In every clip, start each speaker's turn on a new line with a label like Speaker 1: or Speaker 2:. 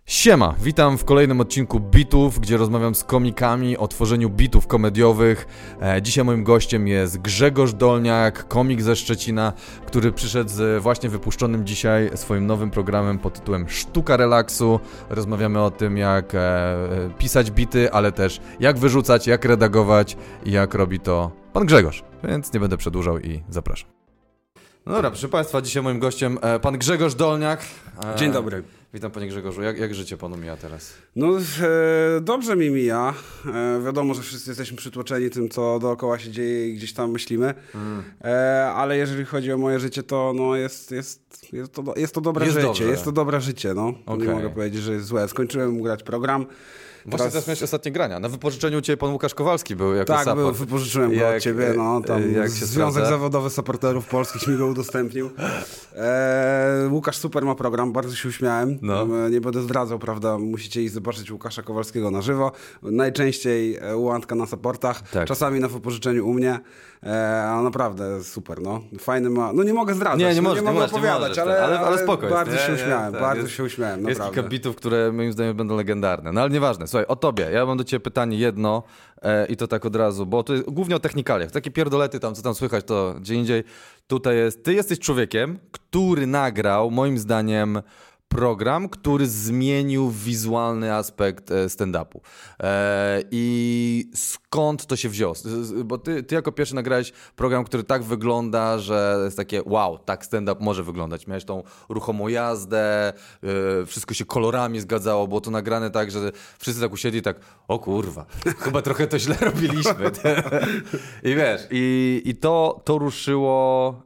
Speaker 1: Siema, witam w kolejnym odcinku Bitów, gdzie rozmawiam z komikami o tworzeniu bitów komediowych. Dzisiaj moim gościem jest Grzegorz Dolniak, komik ze Szczecina, który przyszedł z właśnie wypuszczonym dzisiaj swoim nowym programem pod tytułem Sztuka Relaksu. Rozmawiamy o tym, jak pisać bity, ale też jak wyrzucać, jak redagować i jak robi to pan Grzegorz. Więc nie będę przedłużał i zapraszam. No dobra, proszę Państwa, dzisiaj moim gościem pan Grzegorz Dolniak.
Speaker 2: Dzień dobry.
Speaker 1: Witam panie Grzegorzu. Jak życie panu mija teraz?
Speaker 2: No dobrze mi mija. Wiadomo, że wszyscy jesteśmy przytłoczeni tym, co dookoła się dzieje i gdzieś tam myślimy. Ale jeżeli chodzi o moje życie, to no jest to dobre życie. Dobrze. Jest to dobre życie, no. Okay. Nie mogę powiedzieć, że jest złe. Skończyłem grać program.
Speaker 1: Właśnie teraz miałeś ostatnie grania. Na wypożyczeniu u ciebie pan Łukasz Kowalski był jako
Speaker 2: support.
Speaker 1: Tak,
Speaker 2: był, wypożyczyłem go od ciebie. No, tam jak się Związek Zawodowy Supporterów Polskich mi go udostępnił. Łukasz super ma program, bardzo się uśmiałem. No. Nie będę zdradzał, prawda? Musicie iść zobaczyć Łukasza Kowalskiego na żywo. Najczęściej u Antka na supportach, tak. Czasami na wypożyczeniu u mnie. A naprawdę super, no. Fajny ma... No nie mogę zdradzać, nie mogę opowiadać, ale spokojnie. Bardzo się uśmiałem, bardzo się uśmiałem, naprawdę.
Speaker 1: Jest kilka bitów, które moim zdaniem będą legendarne. No ale nieważne. Słuchaj, o tobie. Ja mam do ciebie pytanie jedno i to tak od razu, bo to jest głównie o technikaliach. Takie pierdolety tam, co tam słychać, to gdzie indziej. Tutaj jest... Ty jesteś człowiekiem, który nagrał, moim zdaniem, program, który zmienił wizualny aspekt stand-upu. I skąd to się wzięło? Bo ty jako pierwszy nagrałeś program, który tak wygląda, że jest takie wow, tak stand-up może wyglądać. Miałeś tą ruchomą jazdę, wszystko się kolorami zgadzało, było to nagrane tak, że wszyscy tak usiedli tak, o kurwa, chyba trochę to źle robiliśmy. I wiesz, i to ruszyło...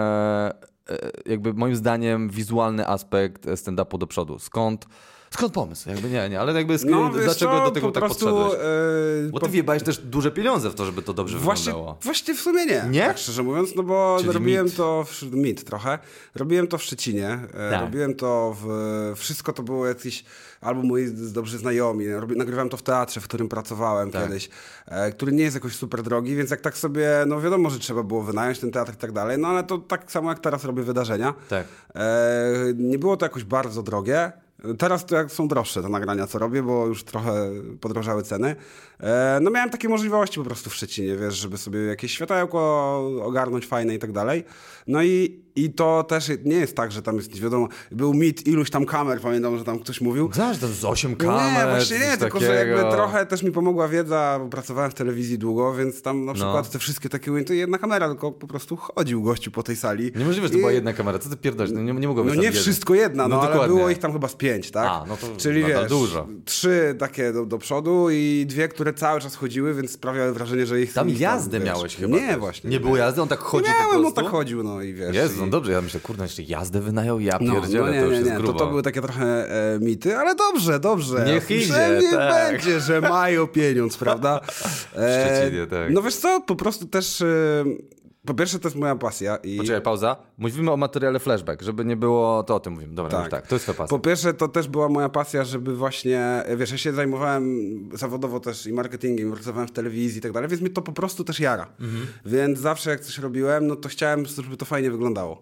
Speaker 1: jakby moim zdaniem wizualny aspekt stand-upu do przodu. Skąd pomysł? Jakby nie, ale jakby dlaczego do tego tak podszedłeś? Bo ty wjebałeś też duże pieniądze w to, żeby to dobrze wyglądało.
Speaker 2: Właśnie w sumie nie? Tak szczerze mówiąc, no bo czyli robiłem to trochę. Robiłem to w Szczecinie. Tak. Robiłem to wszystko to było jakiś albo moi dobrzy znajomi. Nagrywałem to w teatrze, w którym pracowałem kiedyś, który nie jest jakoś super drogi, więc jak tak sobie, no wiadomo, że trzeba było wynająć ten teatr i tak dalej, no ale to tak samo jak teraz robię wydarzenia. Tak. Nie było to jakoś bardzo drogie. Teraz to są droższe te nagrania, co robię, bo już trochę podrożały ceny. No miałem takie możliwości po prostu w Szczecinie, wiesz, żeby sobie jakieś światełko ogarnąć fajne i tak dalej. No i to też nie jest tak, że tam jest, wiadomo, był mit iluś tam kamer, pamiętam, że tam ktoś mówił.
Speaker 1: Znasz, to z 8 kamer.
Speaker 2: Nie, właśnie nie, tylko że jakby trochę też mi pomogła wiedza, bo pracowałem w telewizji długo, więc tam na przykład te wszystkie takie ujęte, jedna kamera, tylko po prostu chodził gościu po tej sali.
Speaker 1: Niemożliwe, że to była jedna kamera, co ty pierdolisz? Nie mogło być
Speaker 2: nie wszystko jedna, ale było ich tam chyba z 5, tak?
Speaker 1: No to,
Speaker 2: czyli wiesz,
Speaker 1: dużo.
Speaker 2: 3 takie do przodu i 2, które cały czas chodziły, więc sprawiały wrażenie, że ich
Speaker 1: tam jazdę miałeś chyba.
Speaker 2: Nie, właśnie.
Speaker 1: Nie było jazdy, on tak chodził po prostu?
Speaker 2: No tak chodził, no i wiesz.
Speaker 1: Jezu, no dobrze, ja myślę, kurde, jeszcze jazdę wynajął, ja pierdzielę, to już jest grubo.
Speaker 2: To były takie trochę mity, ale dobrze.
Speaker 1: Niech idzie,
Speaker 2: będzie, że mają pieniądz, prawda?
Speaker 1: W Szczecinie, tak.
Speaker 2: No wiesz co, po prostu też... Po pierwsze, to jest moja pasja.
Speaker 1: Poczekaj, pauza. Mówimy o materiale Flashback, żeby nie było, to o tym mówimy. Dobra, tak, to jest twoja pasja.
Speaker 2: Po pierwsze, to też była moja pasja, żeby właśnie, wiesz, ja się zajmowałem zawodowo też i marketingiem, pracowałem w telewizji i tak dalej, więc mnie to po prostu też jara. Więc zawsze jak coś robiłem, no to chciałem, żeby to fajnie wyglądało.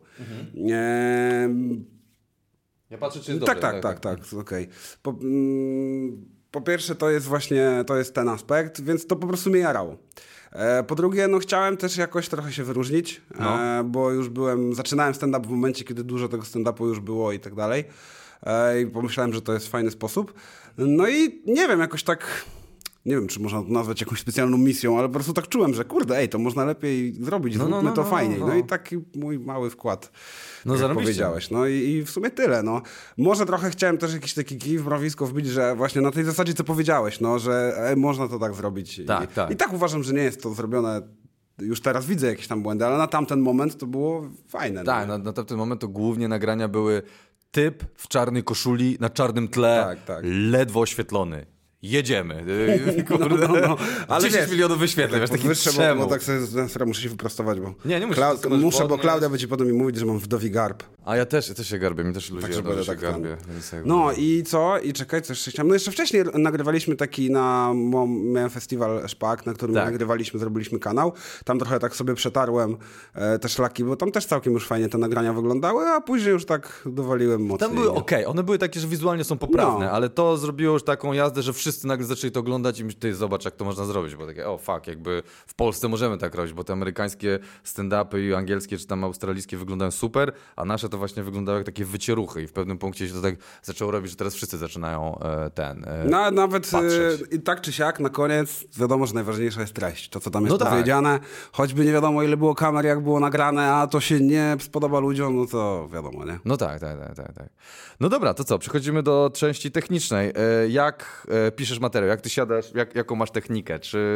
Speaker 1: Ja patrzę, czy jest dobrze.
Speaker 2: Tak, okej. Po pierwsze, to jest ten aspekt, więc to po prostu mnie jarało. Po drugie, no chciałem też jakoś trochę się wyróżnić, bo już zaczynałem stand-up w momencie, kiedy dużo tego stand-upu już było i tak dalej. I pomyślałem, że to jest fajny sposób. No i nie wiem, jakoś tak... Nie wiem, czy można to nazwać jakąś specjalną misją, ale po prostu tak czułem, że kurde, to można lepiej zrobić, zróbmy to fajniej. No i taki mój mały wkład, jak powiedziałeś. No i w sumie tyle, no. Może trochę chciałem też jakiś taki kij w mrowisko wbić, że właśnie na tej zasadzie, co powiedziałeś, no, że można to tak zrobić. I tak uważam, że nie jest to zrobione... Już teraz widzę jakieś tam błędy, ale na tamten moment to było fajne.
Speaker 1: Tak, na tamten moment to głównie nagrania były typ w czarnej koszuli, na czarnym tle, ledwo oświetlony. jedziemy. Kurde,
Speaker 2: no. Ale
Speaker 1: 10 milionów wyświetleń, wiesz, taki czemu?
Speaker 2: Bo tak sobie muszę się wyprostować, bo...
Speaker 1: Nie musisz.
Speaker 2: Muszę, bo Klaudia będzie potem mi mówić, że mam wdowi garb.
Speaker 1: A ja też się garbię, mi też ludzie
Speaker 2: Tak,
Speaker 1: się garbię.
Speaker 2: No i co? I czekaj, co jeszcze chciałem? No jeszcze wcześniej nagrywaliśmy taki miałem festiwal Szpak, na którym nagrywaliśmy, zrobiliśmy kanał. Tam trochę tak sobie przetarłem te szlaki, bo tam też całkiem już fajnie te nagrania wyglądały, a później już tak dowaliłem mocniej.
Speaker 1: Tam były okej, one były takie, że wizualnie są poprawne, ale to zrobiło już taką jazdę, że wszyscy nagle zaczęli to oglądać i ty zobacz, jak to można zrobić, bo takie, jakby w Polsce możemy tak robić, bo te amerykańskie stand-upy i angielskie, czy tam australijskie wyglądają super, a nasze to właśnie wyglądały jak takie wycieruchy i w pewnym punkcie się to tak zaczęło robić, że teraz wszyscy zaczynają
Speaker 2: nawet
Speaker 1: patrzeć.
Speaker 2: I tak czy siak, na koniec wiadomo, że najważniejsza jest treść, to co tam jest powiedziane, choćby nie wiadomo ile było kamer, jak było nagrane, a to się nie spodoba ludziom, no to wiadomo, nie?
Speaker 1: No tak. No dobra, to co, przechodzimy do części technicznej. Jak piszesz materiał, jak ty siadasz, jaką masz technikę,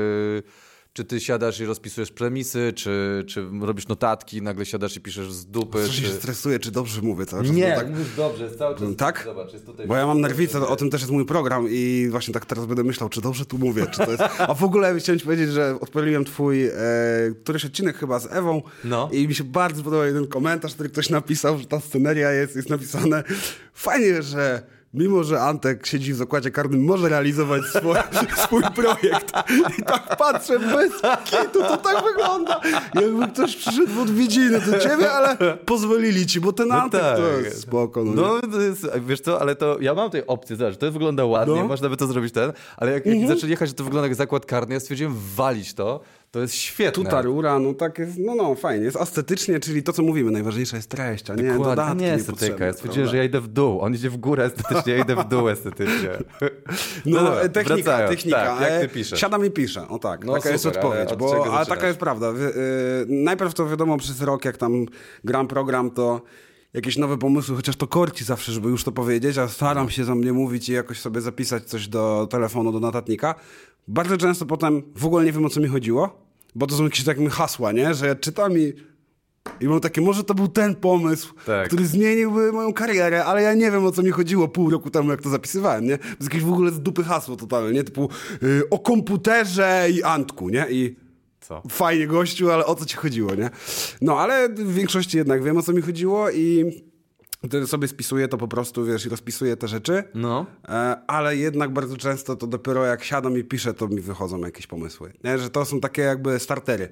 Speaker 1: czy ty siadasz i rozpisujesz premisy, czy robisz notatki, nagle siadasz i piszesz z dupy?
Speaker 2: Co się stresuje, czy dobrze mówię cały czas?
Speaker 1: Nie,
Speaker 2: tak...
Speaker 1: mówisz dobrze, jest cały czas.
Speaker 2: Tak?
Speaker 1: Zobacz, jest tutaj...
Speaker 2: Bo ja mam nerwicę, o tym też jest mój program i właśnie tak teraz będę myślał, czy dobrze tu mówię, czy to jest... A w ogóle chciałem ci powiedzieć, że odpaliłem twój któryś odcinek chyba z Ewą i mi się bardzo podobał jeden komentarz, który ktoś napisał, że ta sceneria jest napisane fajnie, że... Mimo, że Antek siedzi w zakładzie karnym, może realizować swój projekt. I tak patrzę bez kitu, to tak wygląda. Jakby ktoś przyszedł w odwiedziny do ciebie, ale pozwolili ci, bo ten Antek to jest spoko.
Speaker 1: To jest, wiesz co, ale to ja mam tej opcji, zobacz, to wygląda ładnie, można by to zrobić ale jak zaczęli jechać, że to wygląda jak zakład karny, ja stwierdziłem walić to jest świetne.
Speaker 2: Tu ta rura, tak jest, fajnie, jest estetycznie, czyli to, co mówimy, najważniejsza jest treść, a nie dodatki.
Speaker 1: Nie estetyka, ja stwierdziłem, że ja idę w dół, on idzie w górę estetycznie, ja idę w dół estetycznie.
Speaker 2: Dobra, technika.
Speaker 1: Tak, jak ty piszesz?
Speaker 2: Siadam i piszę, taka super, jest odpowiedź, ale taka jest prawda. Najpierw to wiadomo, przez rok, jak tam gram program, to jakieś nowe pomysły, chociaż to korci zawsze, żeby już to powiedzieć, a staram się za mnie mówić i jakoś sobie zapisać coś do telefonu, do notatnika. Bardzo często potem w ogóle nie wiem, o co mi chodziło, bo to są jakieś takie hasła, nie? Że ja czytam i mam takie, może to był ten pomysł, który zmieniłby moją karierę, ale ja nie wiem, o co mi chodziło pół roku temu, jak to zapisywałem, nie? To jest jakieś w ogóle z dupy hasło totalnie, nie? Typu o komputerze i Antku, nie? I co? Fajnie gościu, ale o co ci chodziło, nie? No, ale w większości jednak wiem, o co mi chodziło i wtedy sobie spisuję to po prostu, wiesz, i rozpisuję te rzeczy, ale jednak bardzo często to dopiero jak siadam i piszę, to mi wychodzą jakieś pomysły, nie? Że to są takie jakby startery,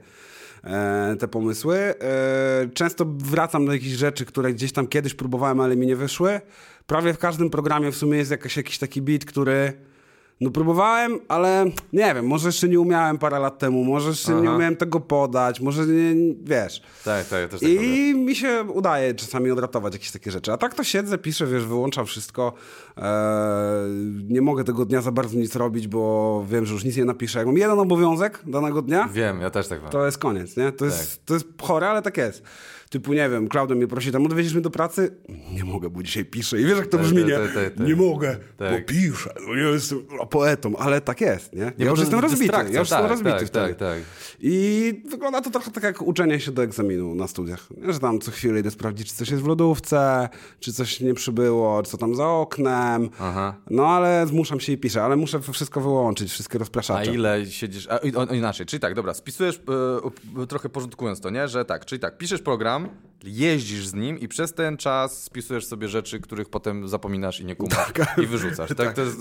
Speaker 2: te pomysły. Często wracam do jakichś rzeczy, które gdzieś tam kiedyś próbowałem, ale mi nie wyszły. Prawie w każdym programie w sumie jest jakiś taki beat, który próbowałem, ale nie wiem, może jeszcze nie umiałem parę lat temu, może jeszcze nie umiałem tego podać, może nie, wiesz.
Speaker 1: Tak, ja też tak
Speaker 2: I
Speaker 1: robię.
Speaker 2: mi się udaje czasami odratować jakieś takie rzeczy. A tak to siedzę, piszę, wiesz, wyłączam wszystko. Nie mogę tego dnia za bardzo nic robić, bo wiem, że już nic nie napiszę. Jak mam jeden obowiązek danego dnia,
Speaker 1: wiem, ja też tak mam.
Speaker 2: To jest koniec, nie? To jest chore, ale tak jest. Typu, nie wiem, Klaudia mnie prosi tam, odwiedzisz mnie do pracy? Nie mogę, bo dzisiaj piszę. I wiesz, jak to brzmi, nie? Nie mogę, bo piszę. No, nie jestem poetą, ale tak jest, nie? Ja już jestem rozbity.
Speaker 1: Tak.
Speaker 2: I wygląda to trochę tak jak uczenie się do egzaminu na studiach. Że tam co chwilę idę sprawdzić, czy coś jest w lodówce, czy coś nie przybyło, czy co tam za oknem. No, ale zmuszam się i piszę, ale muszę wszystko wyłączyć, wszystkie rozpraszacze.
Speaker 1: A ile siedzisz... inaczej, czyli tak, dobra, spisujesz, trochę porządkując to, nie? Że tak, czyli tak, piszesz program, jeździsz z nim i przez ten czas spisujesz sobie rzeczy, których potem zapominasz i nie kumasz i wyrzucasz. Tak? To jest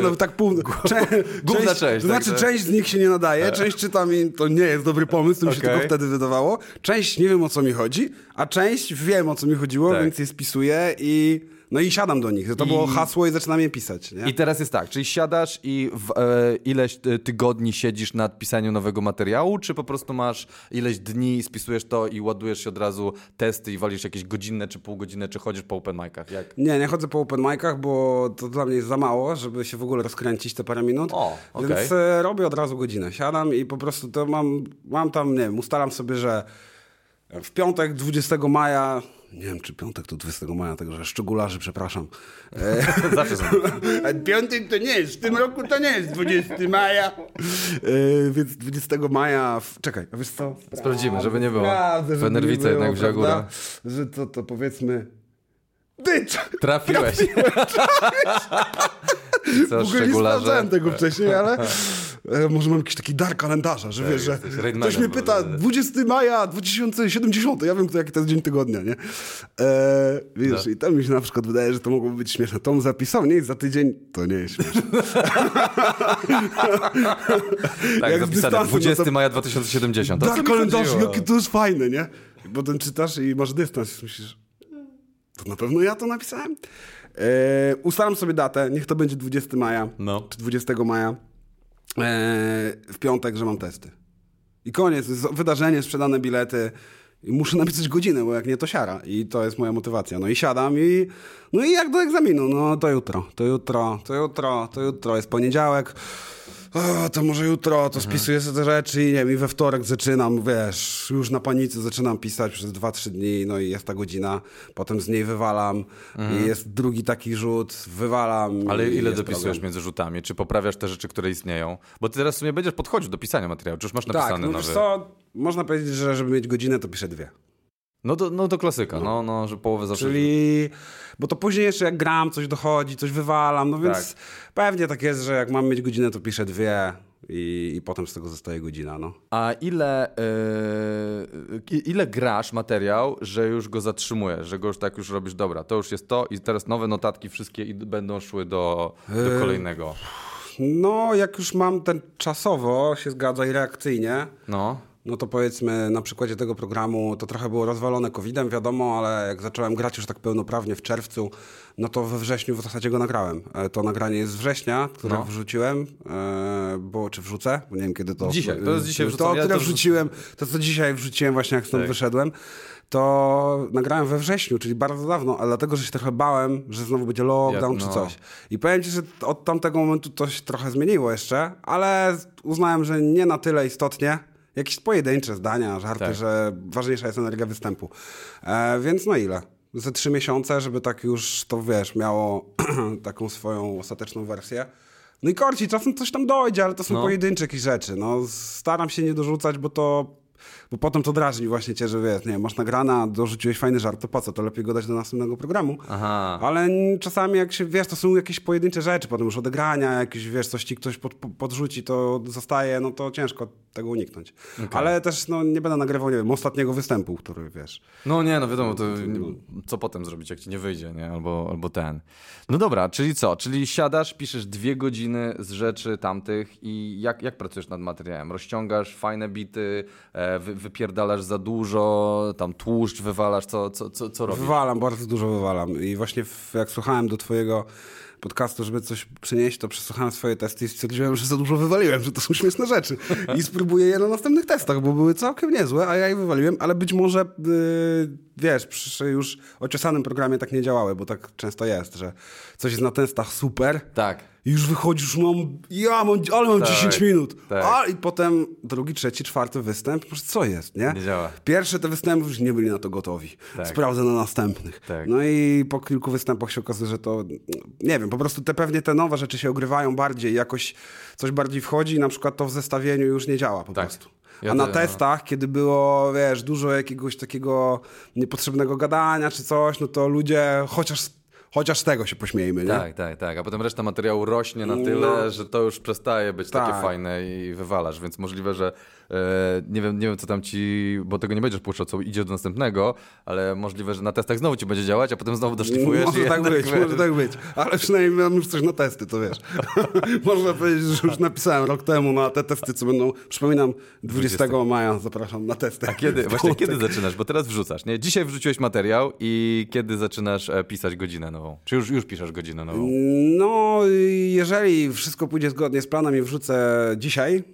Speaker 1: główna część.
Speaker 2: To znaczy część z nich się nie nadaje, część czytam i to nie jest dobry pomysł, to mi się tylko wtedy wydawało. Część nie wiem, o co mi chodzi, a część wiem, o co mi chodziło, więc je spisuję i siadam do nich. To było hasło i zaczynam je pisać. Nie?
Speaker 1: I teraz jest tak, czyli siadasz i ileś tygodni siedzisz nad pisaniem nowego materiału, czy po prostu masz ileś dni i spisujesz to i ładujesz się od razu testy i walisz jakieś godzinne czy półgodzinne, czy chodzisz po open micach? Jak?
Speaker 2: Nie chodzę po open micach, bo to dla mnie jest za mało, żeby się w ogóle rozkręcić te parę minut. Więc robię od razu godzinę. Siadam i po prostu to mam tam, nie wiem, ustalam sobie, że w piątek 20 maja... Nie wiem, czy piątek to 20 maja, także szczególarzy, przepraszam.
Speaker 1: Zawsze są.
Speaker 2: Piątek to nie jest, w tym roku to nie jest 20 maja. Więc 20 maja... Czekaj, a wiesz co?
Speaker 1: Sprawdzimy, żeby nie było. Nerwica jednak wzięła górę.
Speaker 2: Że to powiedzmy...
Speaker 1: Trafiłeś. czy coś,
Speaker 2: w ogóle nie sprawdzałem tego wcześniej, ale może mam jakiś taki dar kalendarza, że wiesz, że ktoś mnie pyta 20 maja 2070, ja wiem, jaki to jest dzień tygodnia, nie? Wiesz, i to mi się na przykład wydaje, że to mogło być śmieszne. To mu zapisał, nie? I za tydzień to nie jest śmieszne.
Speaker 1: Tak, zapisane 20 maja 2070.
Speaker 2: Dar kalendarza, jakie to jest fajne, nie? I potem czytasz i masz dystans. Myślisz, to na pewno ja to napisałem? Ustalam sobie datę, niech to będzie 20 maja, czy 20 maja, w piątek, że mam testy. I koniec, wydarzenie, sprzedane bilety. I muszę napisać godzinę, bo jak nie, to siara. I to jest moja motywacja. No i siadam i... No i jak do egzaminu? No to jutro. Jest poniedziałek. O, to może jutro, to spisuję sobie te rzeczy i nie wiem, i we wtorek zaczynam, wiesz, już na panice zaczynam pisać przez 2-3 dni, no i jest ta godzina, potem z niej wywalam i jest drugi taki rzut, wywalam.
Speaker 1: Ale ile dopisujesz między rzutami? Czy poprawiasz te rzeczy, które istnieją? Bo ty teraz w sumie będziesz podchodził do pisania materiału, czy już masz napisane
Speaker 2: nowy? Tak, no wiesz co, można powiedzieć, że żeby mieć godzinę, to piszę 2.
Speaker 1: No to klasyka, no, że połowę zawsze...
Speaker 2: Czyli, bo to później jeszcze jak gram, coś dochodzi, coś wywalam, no więc pewnie tak jest, że jak mam mieć godzinę, to piszę 2 i potem z tego zostaje godzina, no.
Speaker 1: A ile grasz materiał, że już go zatrzymujesz, że go już tak już robisz, dobra, to już jest to i teraz nowe notatki wszystkie będą szły do kolejnego?
Speaker 2: No, jak już mam ten czasowo, się zgadza i reakcyjnie, no to powiedzmy na przykładzie tego programu to trochę było rozwalone COVID-em, wiadomo, ale jak zacząłem grać już tak pełnoprawnie w czerwcu, no to we wrześniu w zasadzie go nagrałem. To nagranie jest z września, które wrzuciłem, czy wrzucę, bo nie wiem kiedy to...
Speaker 1: Dzisiaj, to jest dzisiaj wrzucone.
Speaker 2: To, które wrzuciłem, to co dzisiaj wrzuciłem właśnie jak stąd wyszedłem, to nagrałem we wrześniu, czyli bardzo dawno, ale dlatego, że się trochę bałem, że znowu będzie lockdown czy coś. I powiem ci, że od tamtego momentu to się trochę zmieniło jeszcze, ale uznałem, że nie na tyle istotnie. Jakieś pojedyncze zdania, żarty, że ważniejsza jest energia występu. Więc no ile? Ze 3 miesiące, żeby tak już to, wiesz, miało taką swoją ostateczną wersję. No i korci, czasem coś tam dojdzie, ale to są pojedyncze jakieś rzeczy. No, staram się nie dorzucać, bo potem to drażni właśnie cię, że wiesz, nie, masz nagrana, dorzuciłeś fajny żart, to po co? To lepiej go dać do następnego programu. Aha. Ale czasami jak się, wiesz, to są jakieś pojedyncze rzeczy, potem już odegrania, jakieś, wiesz, coś ci ktoś podrzuci, to zostaje, no to ciężko tego uniknąć. Okay. Ale też, no, nie będę nagrywał, nie wiem, ostatniego występu, który, wiesz.
Speaker 1: No nie, no wiadomo, to co potem zrobić, jak ci nie wyjdzie, nie? Albo ten. No dobra, czyli co? Czyli siadasz, piszesz 2 godziny z rzeczy tamtych i jak pracujesz nad materiałem? Rozciągasz fajne bity, wypierdalasz za dużo, tam tłuszcz wywalasz, co robisz?
Speaker 2: Wywalam, bardzo dużo wywalam i właśnie jak słuchałem do twojego podcastu, żeby coś przynieść, to przesłuchałem swoje testy i stwierdziłem, że za dużo wywaliłem, że to są śmieszne rzeczy i spróbuję je na następnych testach, bo były całkiem niezłe, a ja je wywaliłem, ale być może wiesz, przy już oczesanym programie tak nie działały, bo tak często jest, że coś jest na testach super.
Speaker 1: Tak.
Speaker 2: I już wychodzisz, mam 10 minut. Tak. I potem drugi, trzeci, czwarty występ, co jest, nie?
Speaker 1: Nie działa.
Speaker 2: Pierwsze te występy już nie byli na to gotowi. Tak. Sprawdzę na następnych. Tak. No i po kilku występach się okazuje, że to, nie wiem, po prostu pewnie te nowe rzeczy się ogrywają bardziej, jakoś coś bardziej wchodzi i na przykład to w zestawieniu już nie działa po prostu. A na testach, kiedy było, wiesz, dużo jakiegoś takiego niepotrzebnego gadania czy coś, no to ludzie chociaż z tego się pośmiejmy, nie?
Speaker 1: Tak. A potem reszta materiału rośnie na tyle, że to już przestaje być takie fajne i wywalasz, więc możliwe, że nie wiem co tam ci, bo tego nie będziesz puszczał, co idzie do następnego, ale możliwe, że na testach znowu ci będzie działać, a potem znowu doszlifujesz.
Speaker 2: Może tak być, ale przynajmniej mam już coś na testy, to wiesz. Można powiedzieć, że już napisałem rok temu na te testy, co będą, przypominam, 20 maja zapraszam na testy.
Speaker 1: A kiedy zaczynasz? Bo teraz wrzucasz, nie? Dzisiaj wrzuciłeś materiał i kiedy zaczynasz pisać godzinę nową? Czy już piszesz godzinę nową?
Speaker 2: No, jeżeli wszystko pójdzie zgodnie z planem i wrzucę dzisiaj,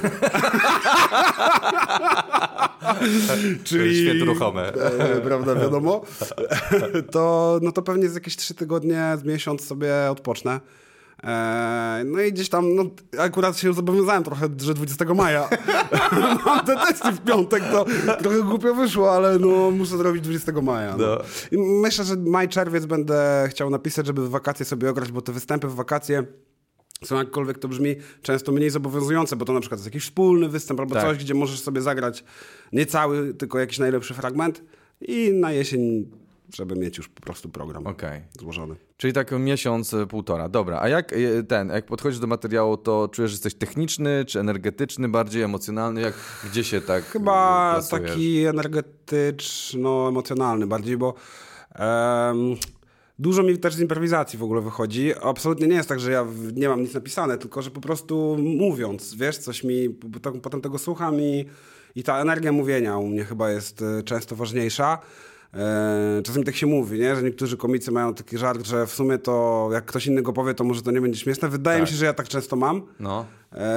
Speaker 1: czyli święto ruchome.
Speaker 2: Prawda, wiadomo. To pewnie z jakieś 3 tygodnie, z miesiąc sobie odpocznę. No i gdzieś tam, akurat się zobowiązałem trochę, że 20 maja mam te testy w piątek, to trochę głupio wyszło, ale muszę zrobić 20 maja. No. I myślę, że maj, czerwiec będę chciał napisać, żeby w wakacje sobie ograć, bo te występy w wakacje są, jakkolwiek to brzmi, często mniej zobowiązujące, bo to na przykład jest jakiś wspólny występ albo coś, gdzie możesz sobie zagrać nie cały, tylko jakiś najlepszy fragment i na jesień żeby mieć już po prostu program złożony.
Speaker 1: Czyli tak miesiąc, półtora. Dobra, a jak podchodzisz do materiału, to czujesz, że jesteś techniczny, czy energetyczny, bardziej emocjonalny? Gdzie się tak
Speaker 2: Chyba
Speaker 1: plasujesz?
Speaker 2: taki energetyczno-emocjonalny bardziej, bo dużo mi też z improwizacji w ogóle wychodzi. Absolutnie nie jest tak, że ja nie mam nic napisane, tylko że po prostu mówiąc, wiesz, coś mi, potem tego słucham i ta energia mówienia u mnie chyba jest często ważniejsza. Czasami tak się mówi, nie? Że niektórzy komicy mają taki żart, że w sumie to jak ktoś inny go powie, to może to nie będzie śmieszne. Wydaje mi się, że ja tak często mam.
Speaker 1: No.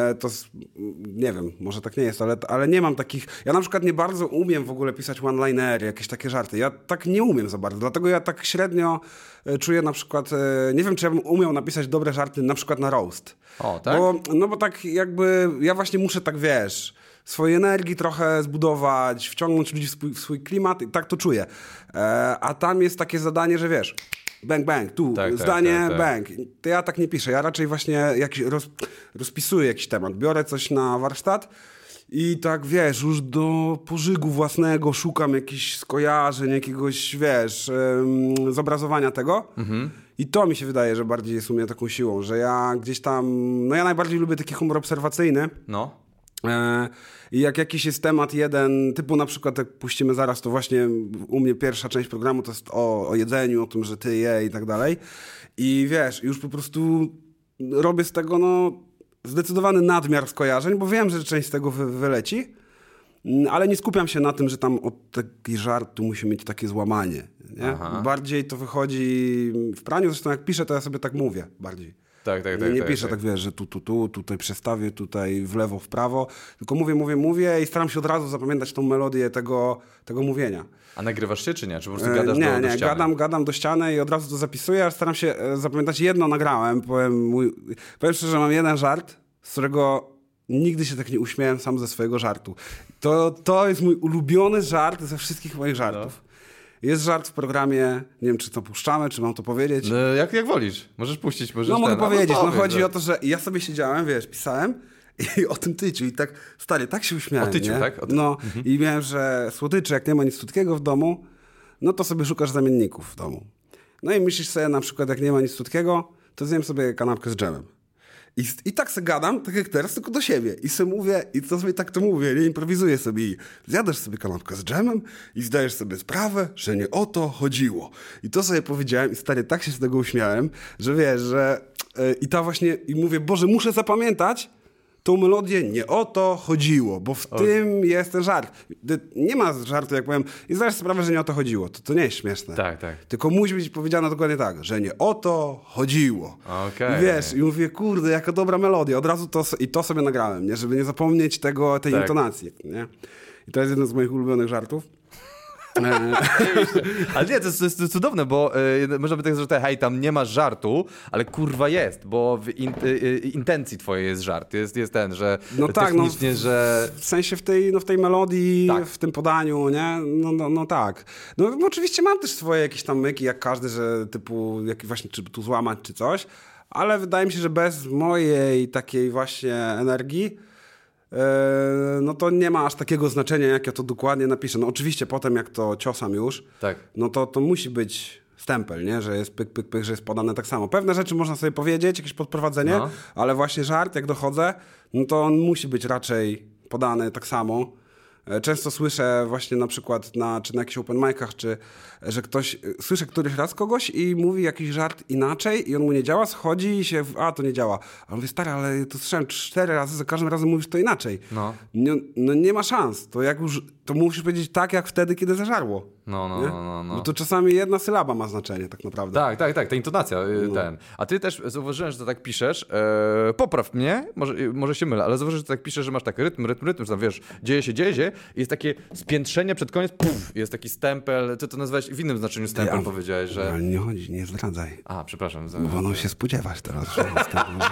Speaker 2: Nie wiem, może tak nie jest, ale nie mam takich... Ja na przykład nie bardzo umiem w ogóle pisać one-linery, jakieś takie żarty. Ja tak nie umiem za bardzo, dlatego ja tak średnio czuję na przykład... Nie wiem, czy ja bym umiał napisać dobre żarty na przykład na roast.
Speaker 1: O, tak?
Speaker 2: Bo tak jakby... Ja właśnie muszę tak, wiesz... swojej energii trochę zbudować, wciągnąć ludzi w swój klimat i tak to czuję. A tam jest takie zadanie, że wiesz, bang, bang, tu, zdanie, bang. To ja tak nie piszę, ja raczej właśnie rozpisuję jakiś temat, biorę coś na warsztat i tak, wiesz, już do pożygu własnego szukam jakichś skojarzeń, jakiegoś, wiesz, zobrazowania tego. I to mi się wydaje, że bardziej jest u mnie taką siłą, że ja gdzieś tam, ja najbardziej lubię taki humor obserwacyjny.
Speaker 1: No.
Speaker 2: I jak jakiś jest temat jeden, typu na przykład jak puścimy zaraz, to właśnie u mnie pierwsza część programu to jest o jedzeniu, o tym, że ty je i tak dalej. I wiesz, już po prostu robię z tego zdecydowany nadmiar skojarzeń, bo wiem, że część z tego wyleci, ale nie skupiam się na tym, że tam od taki żart tu musi mieć takie złamanie. Nie? Bardziej to wychodzi w praniu, zresztą jak piszę, to ja sobie tak mówię bardziej. Nie piszę tak, wiesz, że tutaj przestawię, tutaj w lewo, w prawo, tylko mówię i staram się od razu zapamiętać tą melodię tego mówienia.
Speaker 1: A nagrywasz się, czy nie? Czy po prostu gadasz do ściany?
Speaker 2: Gadam do ściany i od razu to zapisuję, ale staram się zapamiętać. Jedno nagrałem, powiem szczerze, że mam jeden żart, z którego nigdy się tak nie uśmiałem sam ze swojego żartu. To jest mój ulubiony żart ze wszystkich moich żartów. No. Jest żart w programie, nie wiem, czy to puszczamy, czy mam to powiedzieć.
Speaker 1: No, jak wolisz. Możesz puścić, możesz...
Speaker 2: mogę powiedzieć. Chodzi o to, że ja sobie siedziałem, wiesz, pisałem i o tym tyciu i tak, stary, tak się uśmiałem,
Speaker 1: o tyciu,
Speaker 2: nie?
Speaker 1: Tak?
Speaker 2: I miałem, że słodycze, jak nie ma nic słodkiego w domu, no to sobie szukasz zamienników w domu. No i myślisz sobie na przykład, jak nie ma nic słodkiego, to zjem sobie kanapkę z dżemem. I tak se gadam, tak jak teraz, tylko do siebie. I sobie mówię, i to sobie tak to mówię, nie improwizuję sobie i zjadasz sobie kanapkę z dżemem i zdajesz sobie sprawę, że nie o to chodziło. I to sobie powiedziałem i stary, tak się z tego uśmiałem, że wiesz, że i mówię, Boże, muszę zapamiętać tą melodię, nie o to chodziło, bo w tym jest ten żart. Nie ma żartu, jak powiem, i zdajesz sprawę, że nie o to chodziło. To nie jest śmieszne.
Speaker 1: Tak.
Speaker 2: Tylko musi być powiedziane dokładnie tak, że nie o to chodziło.
Speaker 1: Okay.
Speaker 2: I wiesz, i mówię, kurde, jaka dobra melodia. Od razu to sobie nagrałem, nie? Żeby nie zapomnieć tej intonacji. Nie? I to jest jeden z moich ulubionych żartów.
Speaker 1: Ale nie, to jest cudowne, bo można by tak powiedzieć, że hej, tam nie ma żartu, ale kurwa jest, bo w intencji twojej jest żart. Jest ten, że technicznie, że...
Speaker 2: W sensie w tej melodii, w tym podaniu, nie? No tak. No oczywiście mam też swoje jakieś tam myki, jak każdy, że typu, właśnie, czy tu złamać, czy coś, ale wydaje mi się, że bez mojej takiej właśnie energii no to nie ma aż takiego znaczenia, jak ja to dokładnie napiszę. No oczywiście potem, jak to ciosam już, no to musi być stempel, nie? Że jest pyk, że jest podane tak samo. Pewne rzeczy można sobie powiedzieć, jakieś podprowadzenie, ale właśnie żart, jak dochodzę, no to on musi być raczej podany tak samo. Często słyszę właśnie na przykład czy na jakichś open micach, że słyszę któryś raz kogoś i mówi jakiś żart inaczej i on mu nie działa, schodzi i się, to nie działa. A on mówi, stary, ale to słyszałem 4 razy, za każdym razem mówisz to inaczej. No nie ma szans. To musisz powiedzieć tak, jak wtedy, kiedy zażarło. No. Bo to czasami jedna sylaba ma znaczenie tak naprawdę.
Speaker 1: Tak, ta intonacja. A ty też zauważyłem, że to tak piszesz, popraw mnie, może się mylę, ale zauważyłem, że to tak piszesz, że masz taki rytm, że tam wiesz, dzieje się, i jest takie spiętrzenie przed koniec, jest taki stempel, ty to nazwałeś w innym znaczeniu stempel, powiedziałeś, że...
Speaker 2: Ale nie chodzi, nie zdradzaj.
Speaker 1: A, przepraszam.
Speaker 2: Bo się spodziewać teraz, że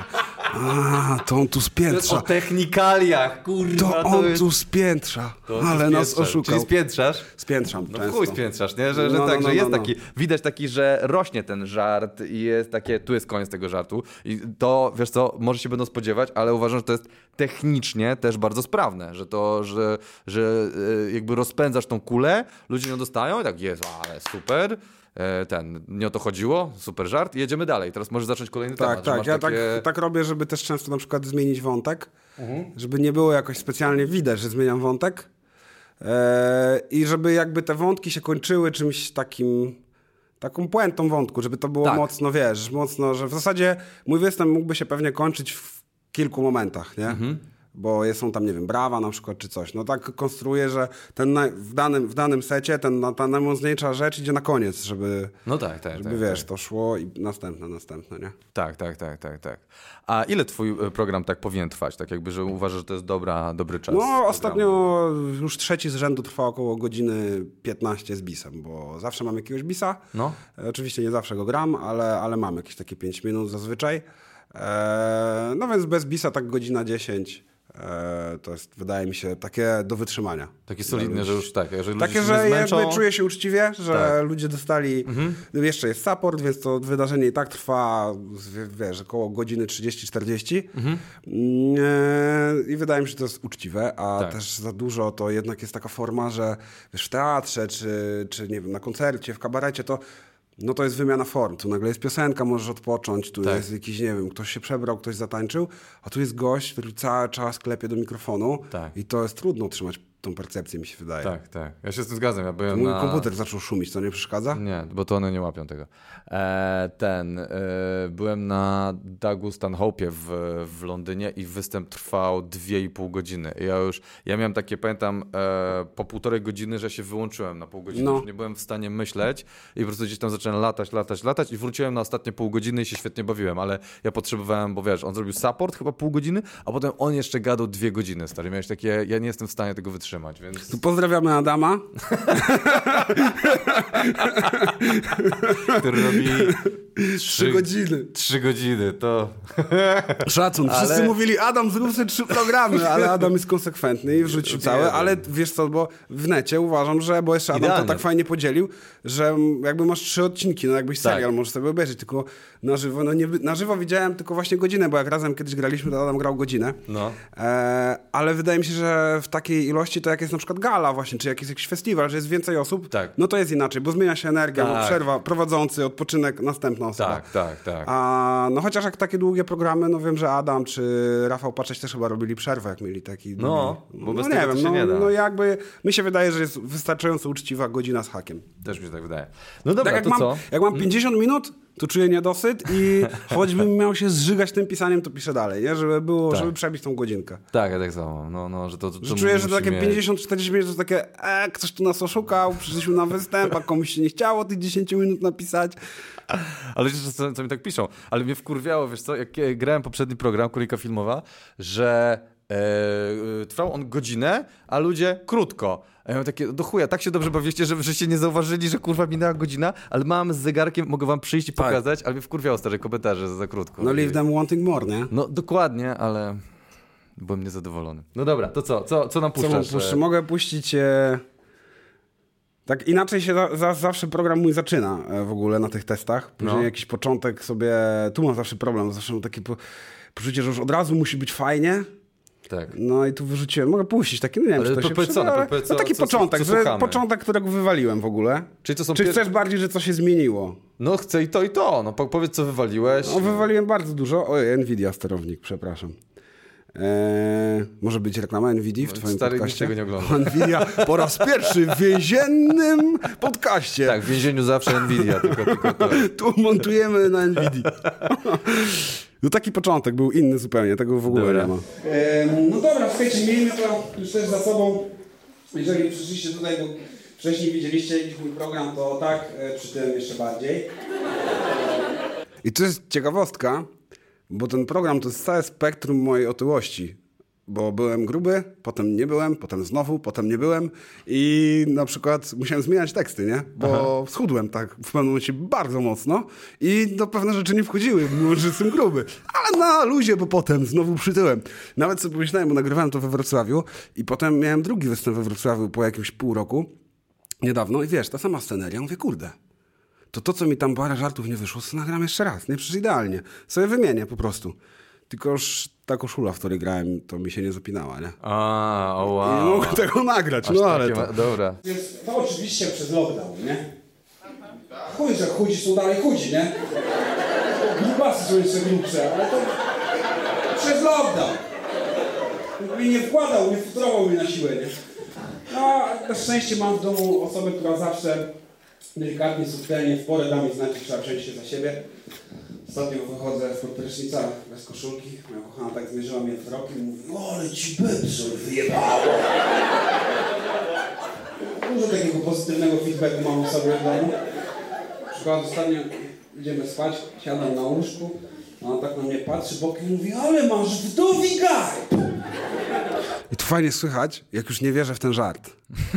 Speaker 2: To on tu spiętrza.
Speaker 1: O technikaliach, kurwa.
Speaker 2: To on tu spiętrza. Ale nas oszukał.
Speaker 1: Czyli spiętrzasz?
Speaker 2: Spiętrzam
Speaker 1: No
Speaker 2: często.
Speaker 1: chuj spiętrzasz, nie? Że jest taki, widać taki, że rośnie ten żart i jest takie, tu jest koniec tego żartu i to, wiesz co, może się będą spodziewać, ale uważam, że to jest technicznie też bardzo sprawne, że jakby rozpędzasz tą kulę, ludzie ją dostają i tak jest, ale super. Nie o to chodziło, super żart i jedziemy dalej. Teraz możesz zacząć kolejny temat.
Speaker 2: Tak, ja tak robię, żeby też często na przykład zmienić wątek, żeby nie było jakoś specjalnie widać, że zmieniam wątek i żeby jakby te wątki się kończyły czymś taką puentą wątku, żeby to było mocno, wiesz, że w zasadzie mój występ mógłby się pewnie kończyć w kilku momentach, nie? Bo są tam, nie wiem, brawa na przykład, czy coś. No tak konstruuję, że w danym secie ta najmocniejsza rzecz idzie na koniec, żeby, wiesz, to szło i następne, nie?
Speaker 1: Tak. A ile twój program tak powinien trwać? Tak jakby, że uważasz, że to jest dobry czas?
Speaker 2: No ostatnio już trzeci z rzędu trwa około godziny 15 z bisem, bo zawsze mam jakiegoś bisa. No. Oczywiście nie zawsze go gram, ale mam jakieś takie 5 minut zazwyczaj. No więc bez bisa tak godzina 10. To jest, wydaje mi się, takie do wytrzymania.
Speaker 1: Takie solidne, że już tak. Jeżeli
Speaker 2: takie, że jakby czuję się uczciwie, że ludzie dostali... Jeszcze jest support, więc to wydarzenie i tak trwa, wiesz, około godziny 30-40. I wydaje mi się, że to jest uczciwe, a też za dużo to jednak jest taka forma, że wiesz, w teatrze, czy nie wiem, na koncercie, w kabarecie, to jest wymiana form. Tu nagle jest piosenka, możesz odpocząć, tu jest jakiś, nie wiem, ktoś się przebrał, ktoś zatańczył, a tu jest gość, który cały czas klepie do mikrofonu i to jest trudno utrzymać tą percepcję, mi się wydaje.
Speaker 1: Tak. Ja się z tym zgadzam. Ja byłem
Speaker 2: Mój komputer zaczął szumić, to nie przeszkadza?
Speaker 1: Nie, bo to one nie łapią tego. Byłem na Dougu Stanhope'ie w Londynie i występ trwał 2,5 godziny. Ja miałem takie, pamiętam, po 1,5 godziny, że się wyłączyłem na pół godziny. Już nie byłem w stanie myśleć i po prostu gdzieś tam zacząłem latać i wróciłem na ostatnie pół godziny i się świetnie bawiłem, ale ja potrzebowałem, bo wiesz, on zrobił support chyba pół godziny, a potem on jeszcze gadał 2 godziny, stary. Miałeś takie, ja nie jestem w stanie tego wytrzymać, więc...
Speaker 2: Tu pozdrawiamy Adama.
Speaker 1: Który robi
Speaker 2: 3 godziny.
Speaker 1: 3 godziny, to...
Speaker 2: Szacun. Wszyscy mówili, Adam, zrób sobie 3 programy, ale Adam jest konsekwentny i wrzucił całe, ale wiesz co, bo w necie uważam, bo jeszcze Adam to tak fajnie podzielił, że jakby masz 3 odcinki, no jakbyś serial możesz sobie obejrzeć, tylko na żywo, na żywo widziałem tylko właśnie godzinę, bo jak razem kiedyś graliśmy, to Adam grał godzinę, ale wydaje mi się, że w takiej ilości to jak jest na przykład gala właśnie, czy jakiś festiwal, że jest więcej osób, no to jest inaczej, bo zmienia się energia, bo przerwa, prowadzący, odpoczynek, następna osoba.
Speaker 1: Tak.
Speaker 2: A no chociaż jak takie długie programy, no wiem, że Adam czy Rafał Paczeć też chyba robili przerwę, jak mieli taki...
Speaker 1: bo bez tego to się nie da.
Speaker 2: No jakby, mi się wydaje, że jest wystarczająco uczciwa godzina z hakiem.
Speaker 1: Też mi się tak wydaje. No dobra,
Speaker 2: tak jak mam 50 minut, to czuję niedosyt i choćbym miał się zżygać tym pisaniem, to piszę dalej, nie? Żeby przebić tą godzinkę.
Speaker 1: Tak, ja tak samo.
Speaker 2: Że czuję, że takie 50-40 minut to jest takie, ktoś tu nas oszukał, przyszliśmy na występ, a komuś się nie chciało tych 10 minut napisać.
Speaker 1: Ale jeszcze co mi tak piszą, ale mnie wkurwiało, wiesz co, jak grałem poprzedni program, Królika Filmowa, że trwał on godzinę, a ludzie krótko. A ja mam takie, do chuja, tak się dobrze bawiliście, żeście nie zauważyli, że kurwa minęła godzina, ale mam z zegarkiem, mogę wam przyjść i pokazać, ale mnie wkurwiało stare komentarze za krótko.
Speaker 2: No leave them wanting more, nie?
Speaker 1: No dokładnie, ale byłem niezadowolony. No dobra, to co nam puszczasz?
Speaker 2: Mogę puścić... Tak inaczej się zawsze program mój zaczyna w ogóle na tych testach. Później jakiś początek sobie... Tu mam zawsze problem, zawsze mam takie poczucie, że już od razu musi być fajnie.
Speaker 1: Tak.
Speaker 2: No i tu wyrzuciłem. Mogę puścić taki, nie wiem,
Speaker 1: ale
Speaker 2: czy to się przyda, no taki początek, początek, którego wywaliłem w ogóle. Czy chcesz bardziej, że co się zmieniło?
Speaker 1: No chcę i to. No powiedz, co wywaliłeś.
Speaker 2: No wywaliłem bardzo dużo. Ojej, Nvidia sterownik, przepraszam. Może być reklama Nvidii w twoim podcaście?
Speaker 1: Stary, niczego nie oglądam.
Speaker 2: Nvidia po raz pierwszy w więziennym podcaście.
Speaker 1: Tak, w więzieniu zawsze Nvidia, tylko to.
Speaker 2: Tu montujemy na Nvidii. No taki początek był inny zupełnie, tego w ogóle nie ma. No dobra, słuchajcie, miejmy to już też za sobą. Jeżeli przyszliście tutaj, bo wcześniej widzieliście mój program, to tak, przy tym jeszcze bardziej. I to jest ciekawostka, bo ten program to jest całe spektrum mojej otyłości. bo byłem gruby, potem nie byłem, potem znowu, potem nie byłem i na przykład musiałem zmieniać teksty, nie? Bo schudłem tak w pewnym momencie bardzo mocno i do pewne rzeczy nie wchodziły, mimo że jestem gruby. Ale na luzie, bo potem znowu przytyłem. Nawet sobie pomyślałem, bo nagrywałem to we Wrocławiu i potem miałem drugi występ we Wrocławiu po jakimś pół roku, niedawno i wiesz, ta sama sceneria, mówię, kurde, to co mi tam parę żartów nie wyszło, to nagram jeszcze raz, nie? Przecież idealnie. Sobie wymienię po prostu. Tylko już ta koszula, w której grałem, to mi się nie zapinała, nie?
Speaker 1: Wow.
Speaker 2: I nie mogę tego nagrać, no ale to...
Speaker 1: Dobra.
Speaker 3: Więc to oczywiście przez lockdown, nie? Chuj, że chudzi są dalej chudzi, nie? Grubasy są jeszcze grubsze, ale to przez lockdown. Nikt mi nie wkładał, nie futrował mi na siłę, nie? No, a na szczęście mam w domu osobę, która zawsze delikatnie, subtelnie, w porę da mi znać, że trzeba wziąć się za siebie. Ostatnio wychodzę spod prysznica bez koszulki. Moja kochana tak zmierzyła mnie wzrokiem i mówi: o, ale ci bebzor wyjebało. Dużo takiego pozytywnego feedbacku mam w sobie w domu. Na przykład ostatnio idziemy spać, siadam na łóżku, ona tak na mnie patrzy bokiem i mówi: ale masz wdowi garb.
Speaker 2: I to fajnie słychać, jak już nie wierzę w ten żart.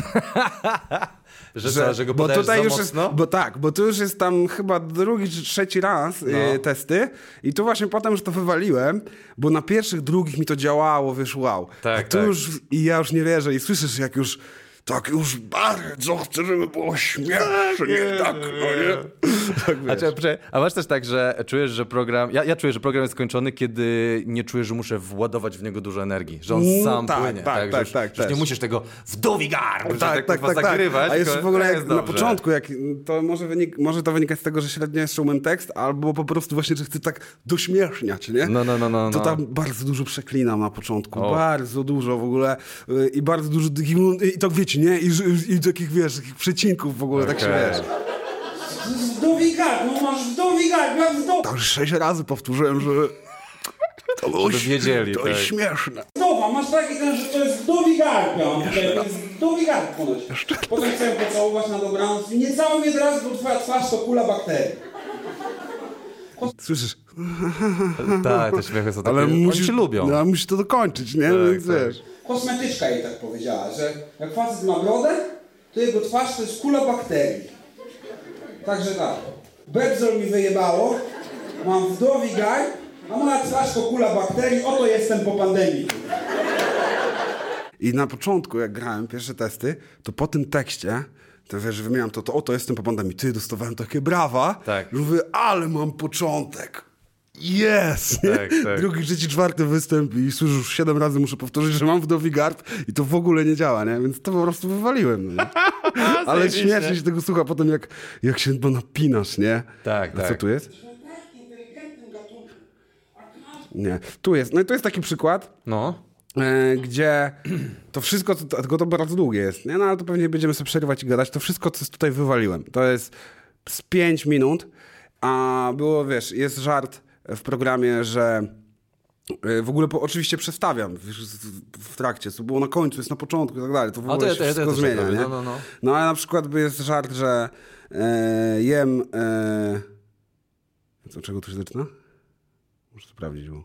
Speaker 1: Że go podajesz za mocno?
Speaker 2: Bo tu już jest tam chyba drugi czy trzeci raz testy i tu właśnie potem już to wywaliłem, bo na pierwszych, drugich mi to działało, wiesz, wow.
Speaker 1: Tak,
Speaker 2: a tu już, i ja już nie wierzę i słyszysz jak już tak już bardzo chcę, żeby było śmiesznie, tak, no nie? Tak,
Speaker 1: a masz też tak, że czujesz, że program... Ja czuję, że program jest skończony, kiedy nie czujesz, że muszę władować w niego dużo energii, że on sam płynie. Już nie musisz tego wdowi garb, tak, zagrywać.
Speaker 2: A jeszcze w ogóle jak na początku, jak, to może to wynika z tego, że średnio jest umiem tekst, albo po prostu właśnie, że chcę tak dośmieszniać, nie?
Speaker 1: No.
Speaker 2: To tam bardzo dużo przeklinam na początku, bardzo dużo w ogóle i bardzo dużo i tak wiecie, nie? I takich, wiesz, takich przecinków w ogóle, tak się wiesz.
Speaker 3: Wdowi garb, no masz wdowi garb, jak wdowi.
Speaker 2: Tak 6 razy powtórzyłem, że to było
Speaker 1: wiedzieli,
Speaker 2: to jest śmieszne.
Speaker 3: Wdowa, masz taki ten, że to jest wdowi garb, ja mam tutaj, to jest wdowi garb ponoć. Potem chcę ją pocałować na dobranoc i nie cały mnie teraz, bo twoja twarz to kula bakterii.
Speaker 2: Słyszysz?
Speaker 1: Tak, te śmiechy są takie,
Speaker 2: ale
Speaker 1: oni się lubią.
Speaker 2: No, musisz to dokończyć, nie? Więc wiesz.
Speaker 3: Kosmetyczka jej tak powiedziała, że jak facet ma brodę, to jego twarz to jest kula bakterii. Także tak, bebzol mi wyjebało, mam wdowi garb, a moja twarz to kula bakterii, oto jestem po pandemii.
Speaker 2: I na początku, jak grałem pierwsze testy, to po tym tekście, to wiesz, wymieniam to oto jestem po pandemii, dostawałem takie brawa, że mówię, ale mam początek. Yes!
Speaker 1: Tak.
Speaker 2: Drugi, trzeci, czwarty występ i słyszę, już 7 razy muszę powtórzyć, że mam wdowi garb i to w ogóle nie działa, nie? Więc to po prostu wywaliłem. No, ale śmiesznie się tego słucha potem, jak się napinasz, nie?
Speaker 1: Tak.
Speaker 2: A co tu jest? Nie. Tu jest. No i to jest taki przykład. Gdzie to wszystko, tylko to bardzo długie jest, nie? No ale to pewnie będziemy sobie przerywać i gadać. To wszystko, co tutaj wywaliłem, to jest z 5 minut, a było, wiesz, jest żart w programie, że w ogóle oczywiście przestawiam w trakcie, co było na końcu, jest na początku i tak dalej, to w ogóle się wszystko zmienia, nie? No ale na przykład jest żart, że jem... Co, czego tu się zaczyna? Muszę sprawdzić, bo...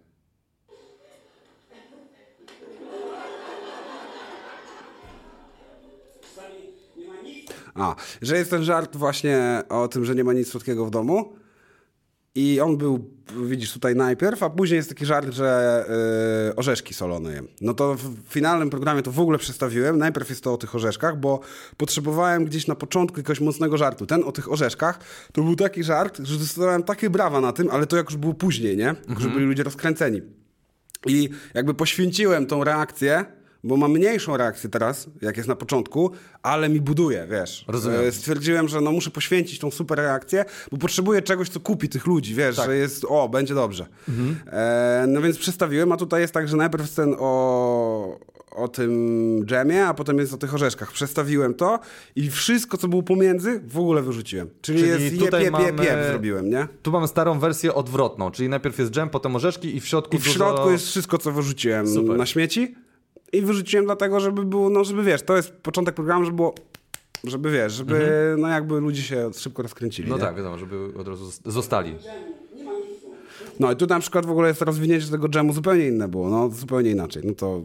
Speaker 2: Że jest ten żart właśnie o tym, że nie ma nic słodkiego w domu i on był, widzisz, tutaj najpierw, a później jest taki żart, że orzeszki solone jem. No to w finalnym programie to w ogóle przestawiłem. Najpierw jest to o tych orzeszkach, bo potrzebowałem gdzieś na początku jakiegoś mocnego żartu. Ten o tych orzeszkach to był taki żart, że dostałem takie brawa na tym, ale to jak już było później, nie? Że byli ludzie rozkręceni. I jakby poświęciłem tą reakcję, bo mam mniejszą reakcję teraz, jak jest na początku, ale mi buduje, wiesz.
Speaker 1: Rozumiem.
Speaker 2: Stwierdziłem, że no muszę poświęcić tą super reakcję, bo potrzebuję czegoś, co kupi tych ludzi, wiesz, że jest, będzie dobrze. No więc przestawiłem, a tutaj jest tak, że najpierw jest ten o tym dżemie, a potem jest o tych orzeszkach. Przestawiłem to i wszystko, co było pomiędzy, w ogóle wyrzuciłem. Czyli jest jeb zrobiłem, nie?
Speaker 1: Tu mamy starą wersję odwrotną, czyli najpierw jest dżem, potem orzeszki i w środku
Speaker 2: w środku jest wszystko, co wyrzuciłem na śmieci. I wyrzuciłem dlatego, żeby było, no żeby wiesz, to jest początek programu, żeby było, żeby wiesz, żeby no jakby ludzie się szybko rozkręcili.
Speaker 1: No
Speaker 2: nie?
Speaker 1: Tak, wiadomo, żeby od razu zostali.
Speaker 2: No i tu na przykład w ogóle jest rozwinięcie tego dżemu zupełnie inne było, no zupełnie inaczej. No to...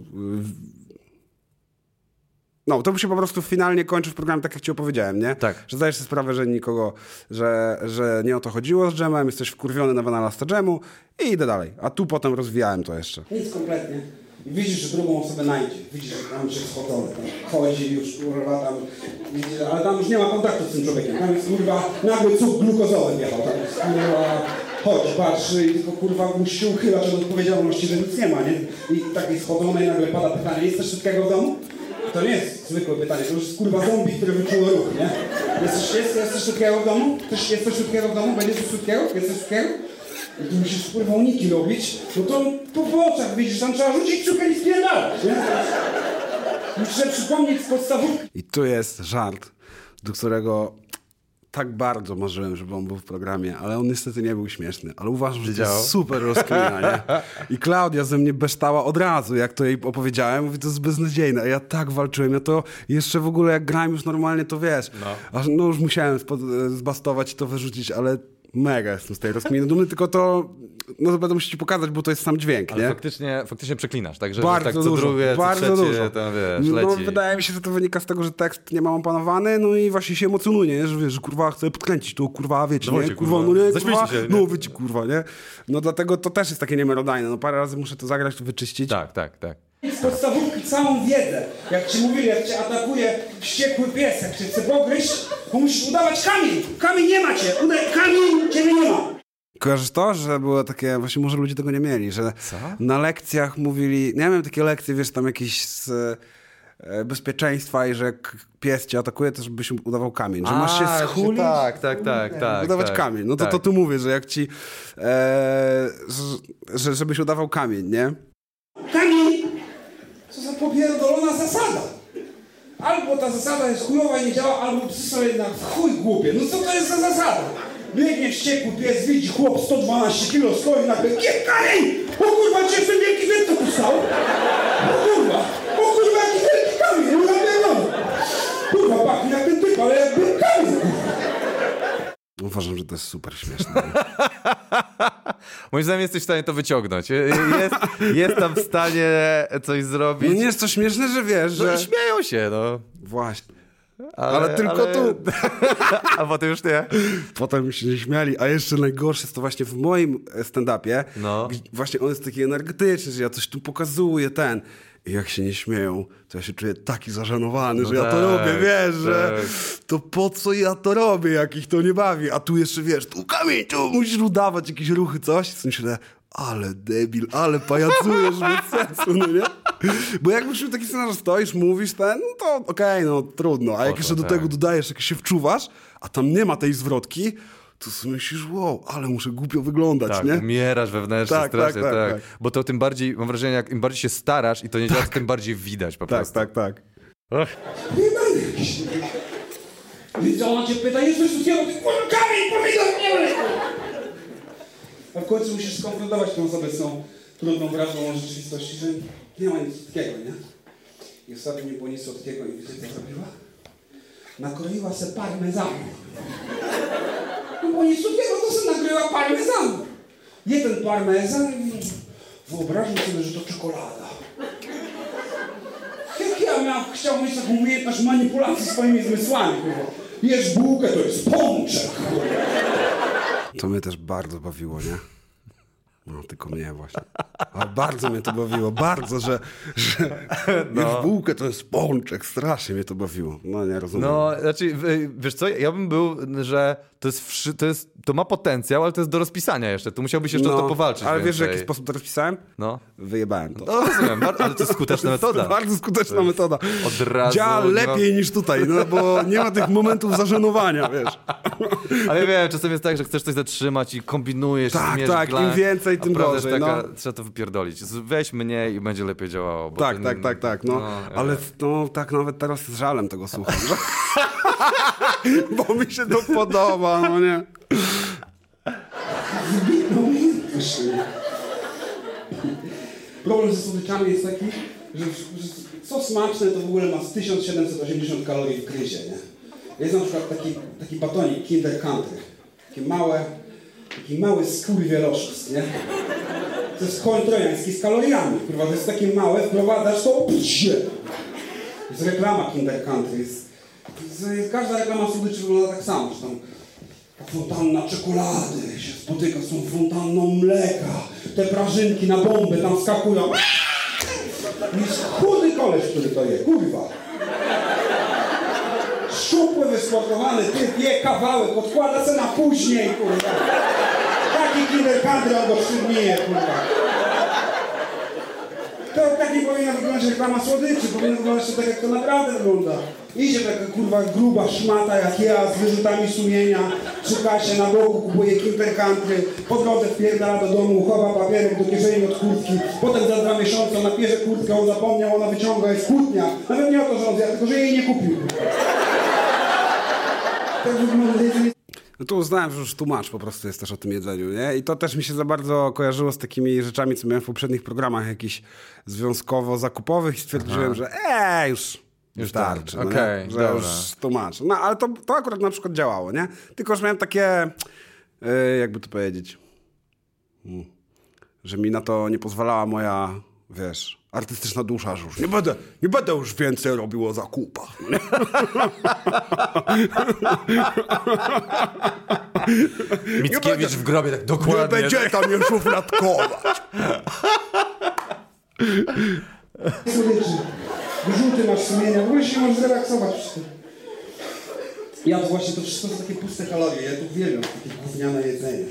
Speaker 2: No, to się po prostu finalnie kończy w programie tak, jak ci opowiedziałem, nie?
Speaker 1: Tak.
Speaker 2: Że zdajesz sobie sprawę, że nikogo, że nie o to chodziło z dżemem, jesteś wkurwiony na wynalazcę dżemu i idę dalej. A tu potem rozwijałem to jeszcze.
Speaker 3: Nic kompletnie. I widzisz, że drugą osobę znajdzie. Widzisz, że tam się schodzony, tam chodzi już, kurwa, tam... Widzisz, ale tam już nie ma kontaktu z tym człowiekiem. Tam jest, kurwa, nagły cuk glukozowy wjechał. Tam jest, kurwa, chodź, patrzy i tylko, kurwa, musi się uchylać od odpowiedzialności, że nic nie ma, nie? I takiej schodzonej nagle pada pytanie, jest coś szybkiego w domu? To nie jest zwykłe pytanie, to już jest, kurwa, zombie, który wyczuło ruch, nie? Jest coś szybkiego w domu? Jest coś szybkiego w domu? Będzie coś szybkiego? Jest coś szybkiego? I tu musisz, kurwa, uniki robić, no to po oczach widzisz, tam trzeba rzucić cukier i spierdalać, nie? Musisz sobie przypomnieć z podstawówki.
Speaker 2: I tu jest żart, do którego tak bardzo marzyłem, żeby on był w programie, ale on niestety nie był śmieszny. Ale uważam, że to jest super rozkmina, nie? I Klaudia ze mnie beształa od razu, jak to jej opowiedziałem. Mówi, to jest beznadziejne. A ja tak walczyłem. Ja to jeszcze w ogóle, jak grałem już normalnie, to wiesz. Aż, no już musiałem zbastować i to wyrzucić, ale mega jestem z tej rozkminy dumny, tylko to... No to będę musiał ci pokazać, bo to jest sam dźwięk,
Speaker 1: ale
Speaker 2: nie?
Speaker 1: faktycznie przeklinasz, także
Speaker 2: bardzo
Speaker 1: tak co
Speaker 2: dużo,
Speaker 1: drugie, co
Speaker 2: bardzo
Speaker 1: trzecie,
Speaker 2: dużo.
Speaker 1: tam wiesz,
Speaker 2: No
Speaker 1: leci.
Speaker 2: wydaje mi się, że to wynika z tego, że tekst nie mam opanowany, no i właśnie się emocjonuje, nie? Że wiesz, że kurwa chcę podkręcić to, kurwa, wiecie,
Speaker 1: No
Speaker 2: nie?
Speaker 1: wiecie,
Speaker 2: Kurwa,
Speaker 1: kurwa.
Speaker 2: no nie,
Speaker 1: Zaśmiejcie
Speaker 2: kurwa,
Speaker 1: się, nie?
Speaker 2: no wiecie, kurwa, nie? No dlatego to też jest takie niemiarodajne, no parę razy muszę to zagrać, to wyczyścić.
Speaker 1: Tak.
Speaker 3: Z podstawówki całą wiedzę. Jak ci mówili, jak cię atakuje wściekły pies, jak cię chce pogryźć, to musisz udawać kamień. Kamień nie ma cię, kamień ciebie nie ma.
Speaker 2: Kojarzysz to, że było takie, właśnie może ludzie tego nie mieli, że na lekcjach mówili, ja miałem takie lekcje, wiesz, tam jakieś z bezpieczeństwa i że pies cię atakuje, to żebyś udawał kamień, że masz się schulić,
Speaker 1: Tak.
Speaker 2: udawać kamień. No to tu mówię, że jak ci, żebyś udawał kamień, nie?
Speaker 3: Kamień! Co za popierdolona zasada. Albo ta zasada jest chujowa i nie działa, albo psy są jednak w chuj głupie. No co to jest za zasada? Biegnie wściekły pies, widzi chłop 112 kilo, stoi nagle, kamień! O kurwa, cię ten wielki wielki tu stał! O kurwa, jaki wielki kamień! No napierdolę! Kurwa, pachnie jak ten typ, ale jakby kamień!
Speaker 2: Uważam, że to jest super śmieszne.
Speaker 1: Moim zdaniem jesteś w stanie to wyciągnąć. Jest tam w stanie coś zrobić.
Speaker 2: No nie jest to śmieszne, że wiesz,
Speaker 1: No
Speaker 2: że...
Speaker 1: i śmieją się, no.
Speaker 2: Właśnie. Ale tylko tu.
Speaker 1: A potem już nie.
Speaker 2: Potem się nie śmiali. A jeszcze najgorsze jest to właśnie w moim stand-upie.
Speaker 1: No.
Speaker 2: Właśnie on jest taki energetyczny, że ja coś tu pokazuję, I jak się nie śmieją, to ja się czuję taki zażenowany, że ja to robię, wiesz, że to po co ja to robię, jak ich to nie bawi. A tu jeszcze, wiesz, tu kamień, tu musisz udawać jakieś ruchy, coś. W sensie, ale debil, ale pajacujesz bez sensu, no nie? Bo jak już taki scenariusz stoisz, mówisz no to okej, no trudno. A jak jeszcze do tego dodajesz, jak się wczuwasz, a tam nie ma tej zwrotki, to sobie myślisz, wow, ale muszę głupio wyglądać,
Speaker 1: tak,
Speaker 2: nie?
Speaker 1: umierasz wewnętrznie strasznie, tak. Bo to tym bardziej, mam wrażenie, jak im bardziej się starasz i to nie działa, tym bardziej widać po prostu.
Speaker 2: Tak.
Speaker 3: Więc ona cię pyta, jest coś takiego, ty kurwa, kamień, pomidor, nie. A w końcu musisz skonfrontować tę osobę z tą trudną wrażą rzeczywistości, że nie ma nic słodkiego, nie? I ostatnio nie było nic słodkiego i wiecie co zrobiła? Nakroiła se parmezanu. Nie było nic słodkiego, to se nakroiła parmezanu. Je ten parmezan i wyobrażam sobie, że to czekolada. Jak ja chciał mieć taką umiejętność manipulacji swoimi zmysłami, kurwa. Jesz bułkę, to jest pączek.
Speaker 2: To mnie też bardzo bawiło, nie? No, tylko mnie właśnie. Ale bardzo mnie to bawiło, bardzo, że w bułkę to jest pączek, strasznie mnie to bawiło. No, nie rozumiem.
Speaker 1: No, znaczy, wiesz co, ja bym był, że to ma potencjał, ale to jest do rozpisania jeszcze. Tu musiałbyś jeszcze o to powalczyć.
Speaker 2: Ale
Speaker 1: więcej.
Speaker 2: wiesz, w jaki sposób to rozpisałem?
Speaker 1: No.
Speaker 2: Wyjebałem to.
Speaker 1: No rozumiem, ale to jest skuteczna metoda.
Speaker 2: Bardzo skuteczna metoda.
Speaker 1: Od razu.
Speaker 2: Działa lepiej niż tutaj, no bo nie ma tych momentów zażenowania, wiesz.
Speaker 1: Ale wiem, czasem jest tak, że chcesz coś zatrzymać i kombinujesz.
Speaker 2: Tak, im więcej, tym gorzej.
Speaker 1: Taka, trzeba to wypierdolić. Weź mniej i będzie lepiej działało. Bo
Speaker 2: Tak. No, ale tak nawet teraz z żalem tego słucham. Bo mi się to podoba, no nie?
Speaker 3: Problem ze słodyczami jest taki, że co smaczne to w ogóle ma z 1780 kalorii w gryzie, nie? Jest na przykład taki batonik Kinder Country. Takie małe, Taki mały skurwieloszust, nie? To jest koń trojański z kaloriami, kurwa, to jest takie małe, wprowadzasz to, psie. Jest reklama Kinder Country, każda reklama słodyczy wygląda tak samo, że tam fontanna czekolady się spotyka z tą fontanną mleka, te prażynki na bombę tam skakują. Jest chudy koleś, który to je, kurwa. Szczupły, wysportowany typ je kawałek, odkłada se na później, kurwa. Taki Kinder Country albo 3 dni je, kurwa. To tak nie powinna wyglądać reklama słodyczy, powinno wyglądać to tak, jak to naprawdę wygląda. Idzie taka kurwa gruba szmata jak ja z wyrzutami sumienia, szuka się na boku, kupuje Kinder Country, po drodze wpierdala do domu, chowa papierek do kieszeni od kurtki, potem za 2 miesiące ona bierze kurtkę, on zapomniał, ona wyciąga, jest kłótnia. Nawet nie o to, że on zjadł, tylko że jej nie kupił. Tak wygląda jedzenie.
Speaker 2: No to uznałem, że już tłumacz po prostu jest też o tym jedzeniu, nie? I to też mi się za bardzo kojarzyło z takimi rzeczami, co miałem w poprzednich programach jakichś związkowo-zakupowych i stwierdziłem, że już wystarczy, no
Speaker 1: okej,
Speaker 2: że już tłumacz. No ale to akurat na przykład działało, nie? Tylko, że miałem takie, jakby to powiedzieć, że mi na to nie pozwalała moja, wiesz, artystyczna dusza, że już nie będę już więcej robił o zakupach.
Speaker 1: Mickiewicz w grobie, tak dokładnie.
Speaker 2: Nie będzie tam mnie szufladkować.
Speaker 3: Słodyczy, wyrzuty masz sumienia, w ogóle się możesz zrelaksować przy tym. Ja to właśnie, to wszystko są takie puste kalorie, ja tu uwielbiam takie gówniane jedzenie.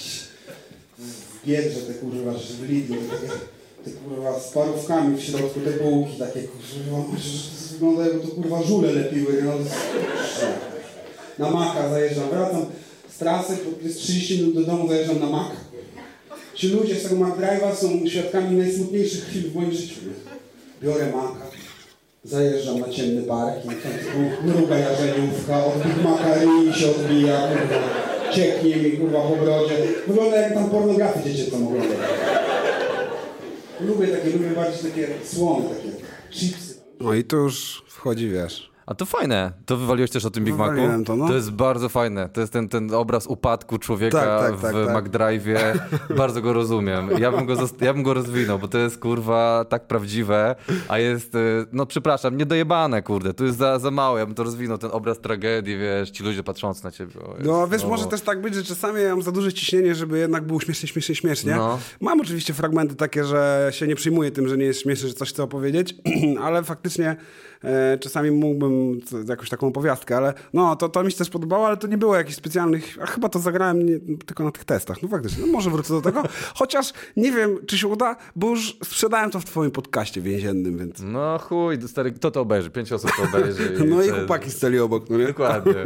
Speaker 3: W Biedrze te kurwa, w Lidlu, te kurwa z parówkami w środku, te bułki takie kurwa, że to wygląda jakby to kurwa żule lepiły, no. Na Maka zajeżdżam, wracam z trasy, jest 30 minut do domu, zajeżdżam na Maka. Ci ludzie z tego McDrive'a są świadkami najsmutniejszych chwil w moim życiu. Biorę Maka, zajeżdżam na ciemny parking, druga jarzeniówka, od Big Maca ryj się odbija, kurwa, cieknie mi kurwa po brodzie. Wygląda jak tam pornografię dziecięcą oglądam. Lubię bardziej takie słone, takie chipsy.
Speaker 2: No i tu już wchodzi, wiesz.
Speaker 1: A to fajne. To wywaliłeś też o tym Big Macu?
Speaker 2: To, no.
Speaker 1: To jest bardzo fajne. To jest ten obraz upadku człowieka w McDrive'ie. Bardzo go rozumiem. Ja bym go rozwinął, bo to jest kurwa tak prawdziwe, a jest, no przepraszam, niedojebane, kurde. To jest za mało. Ja bym to rozwinął, ten obraz tragedii, wiesz, ci ludzie patrzący na ciebie.
Speaker 2: No wiesz, może też tak być, że czasami ja mam za duże ciśnienie, żeby jednak było śmiesznie. No. Mam oczywiście fragmenty takie, że się nie przyjmuję tym, że nie jest śmieszne, że coś chcę opowiedzieć, ale faktycznie czasami mógłbym jakąś taką opowiastkę, ale no to mi się też podobało, ale to nie było jakichś specjalnych, a chyba to zagrałem tylko na tych testach. No faktycznie, no może wrócę do tego, chociaż nie wiem, czy się uda, bo już sprzedałem to w twoim podcaście więziennym, więc...
Speaker 1: No chuj, stary, kto to obejrzy? 5 osób to obejrzy.
Speaker 2: No i chłopaki z celi obok, no nie?
Speaker 1: Dokładnie.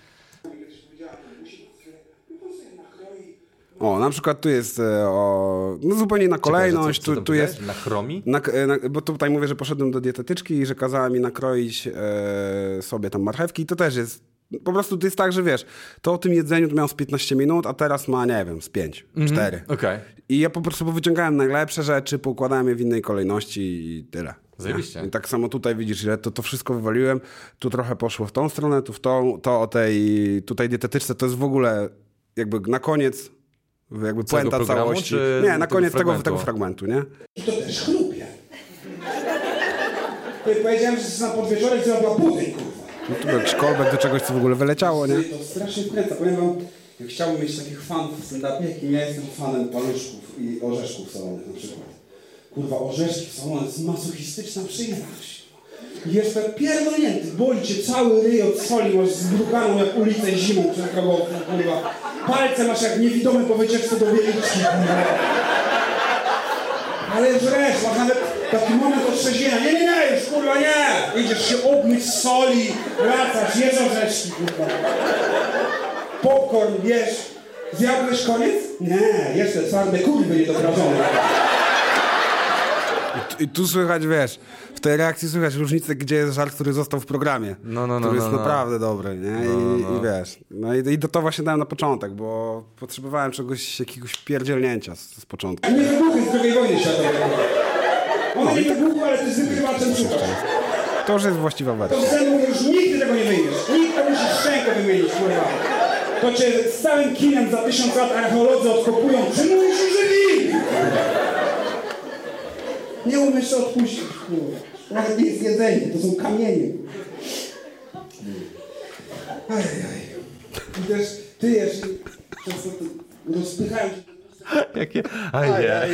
Speaker 2: O, na przykład tu jest no zupełnie na kolejność.
Speaker 1: Czekaj,
Speaker 2: tu jest
Speaker 1: na chromii?
Speaker 2: Bo tutaj mówię, że poszedłem do dietetyczki i że kazała mi nakroić sobie tam marchewki i to też jest, po prostu to jest tak, że wiesz, to o tym jedzeniu to miał z 15 minut, a teraz ma, nie wiem, z 5, 4.
Speaker 1: Okej.
Speaker 2: I ja po prostu wyciągałem najlepsze rzeczy, poukładałem je w innej kolejności i tyle.
Speaker 1: Zajebiście.
Speaker 2: I tak samo tutaj widzisz, ile to wszystko wywaliłem, tu trochę poszło w tą stronę, tu w tą, to o tej tutaj dietetyczce to jest w ogóle jakby na koniec jakby puenta całości. Nie, na koniec tego fragmentu, nie?
Speaker 3: I to też chlupie. Powiedziałem, że na podwieczorek zrobiła budyń, kurwa.
Speaker 2: No tu jakiś callback do czegoś, co w ogóle wyleciało, nie?
Speaker 3: To strasznie wkręca. Powiem wam, jak chciałbym mieć takich fanów w stand-upie, jakim ja jestem fanem paluszków i orzeszków w salonie na przykład. Kurwa, orzeszki w salonie to jest masochistyczna przyjemność. Jest tak pierdolnięty, boli cię cały ryj od soli, masz zbrukaną jak ulicę zimą przekrogową, kurwa. Palce masz jak niewidome po wycieczce do wieliczki, kurwa. Ale żresz, masz nawet taki moment otrzeźwienia. Nie, już kurwa nie! Idziesz się obmyć z soli, wracasz, jesz orzeszki, kurwa. Popcorn, wiesz. Zjadłeś koniec? Nie, jeszcze twarde kurwy niedoprażone.
Speaker 2: I tu słychać, wiesz, w tej reakcji słychać różnicę, gdzie jest żart, który został w programie. Który jest naprawdę dobry, nie? I wiesz, no i to właśnie dałem na początek, bo potrzebowałem jakiegoś pierdzielnięcia z początku.
Speaker 3: Nie wybuchy z II wojny światowej. One nie wybuchły, ale ty z wykrywaczem szukasz.
Speaker 2: To już jest właściwa wersja.
Speaker 3: To z zębu już nigdy tego nie wyjmiesz. Nikt to musi szczękę wymienić, kurwa. to cię z całym kinem za 1000 lat archeolodzy odkopują, czemu oni się żywili? Nie umiesz się odpuścić, kurwa. Nawet nie jest jedzenie, to są kamienie. Ajaj. I też ty jeszcze często rozpychają cię.
Speaker 1: Jakie? Ajaj.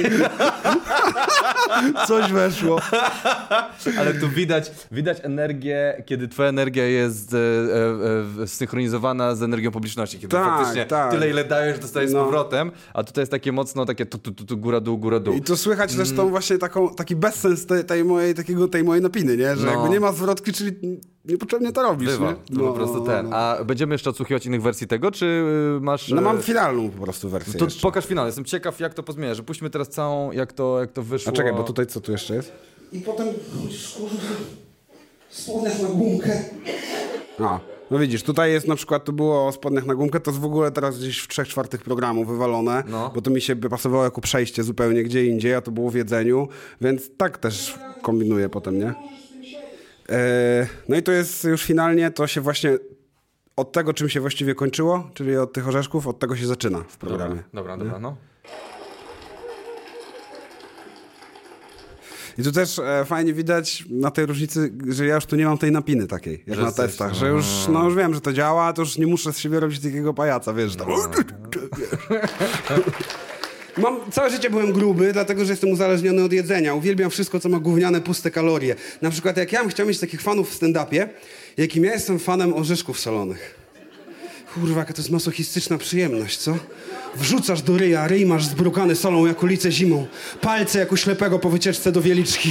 Speaker 2: Coś weszło.
Speaker 1: Ale tu widać energię, kiedy twoja energia jest synchronizowana z energią publiczności. Kiedy faktycznie tyle, ile dajesz, dostajesz z powrotem, a tutaj jest takie mocno, takie tu góra, dół, góra, dół.
Speaker 2: I tu słychać też tą właśnie taki bezsens tej mojej napiny, nie? Że jakby nie ma zwrotki, czyli niepotrzebnie to robisz,
Speaker 1: Bywa,
Speaker 2: nie?
Speaker 1: po prostu ten. A będziemy jeszcze odsłuchiwać innych wersji tego, czy masz...
Speaker 2: No mam finalną po prostu wersję
Speaker 1: To
Speaker 2: jeszcze.
Speaker 1: pokaż finał, jestem ciekaw, jak to pozmienia, że puśćmy teraz całą, jak to wyszło.
Speaker 2: A czekaj, bo tutaj co tu jeszcze jest?
Speaker 3: I potem chodzisz, kurwa, w spodniach na gumkę.
Speaker 2: A, no widzisz, tutaj jest na przykład, tu było o spodniach na gumkę, to jest w ogóle teraz gdzieś w 3/4 programu wywalone, bo to mi się pasowało jako przejście zupełnie gdzie indziej, a to było w jedzeniu, więc tak też kombinuję potem, nie? No i to jest już finalnie, to się właśnie od tego, czym się właściwie kończyło, czyli od tych orzeszków, od tego się zaczyna w programie.
Speaker 1: Dobra, no.
Speaker 2: I tu też fajnie widać na tej różnicy, że ja już tu nie mam tej napiny takiej, jak na testach, że już wiem, że to działa, to już nie muszę z siebie robić takiego pajaca, wiesz, tam. Całe życie byłem gruby, dlatego że jestem uzależniony od jedzenia. Uwielbiam wszystko, co ma gówniane, puste kalorie. Na przykład jak ja bym chciał mieć takich fanów w stand-upie, jakim ja jestem fanem orzeszków solonych. Kurwa, jaka to jest masochistyczna przyjemność, co? Wrzucasz do ryja, ryj masz zbrukany solą jak ulicę zimą. Palce jak u ślepego po wycieczce do Wieliczki.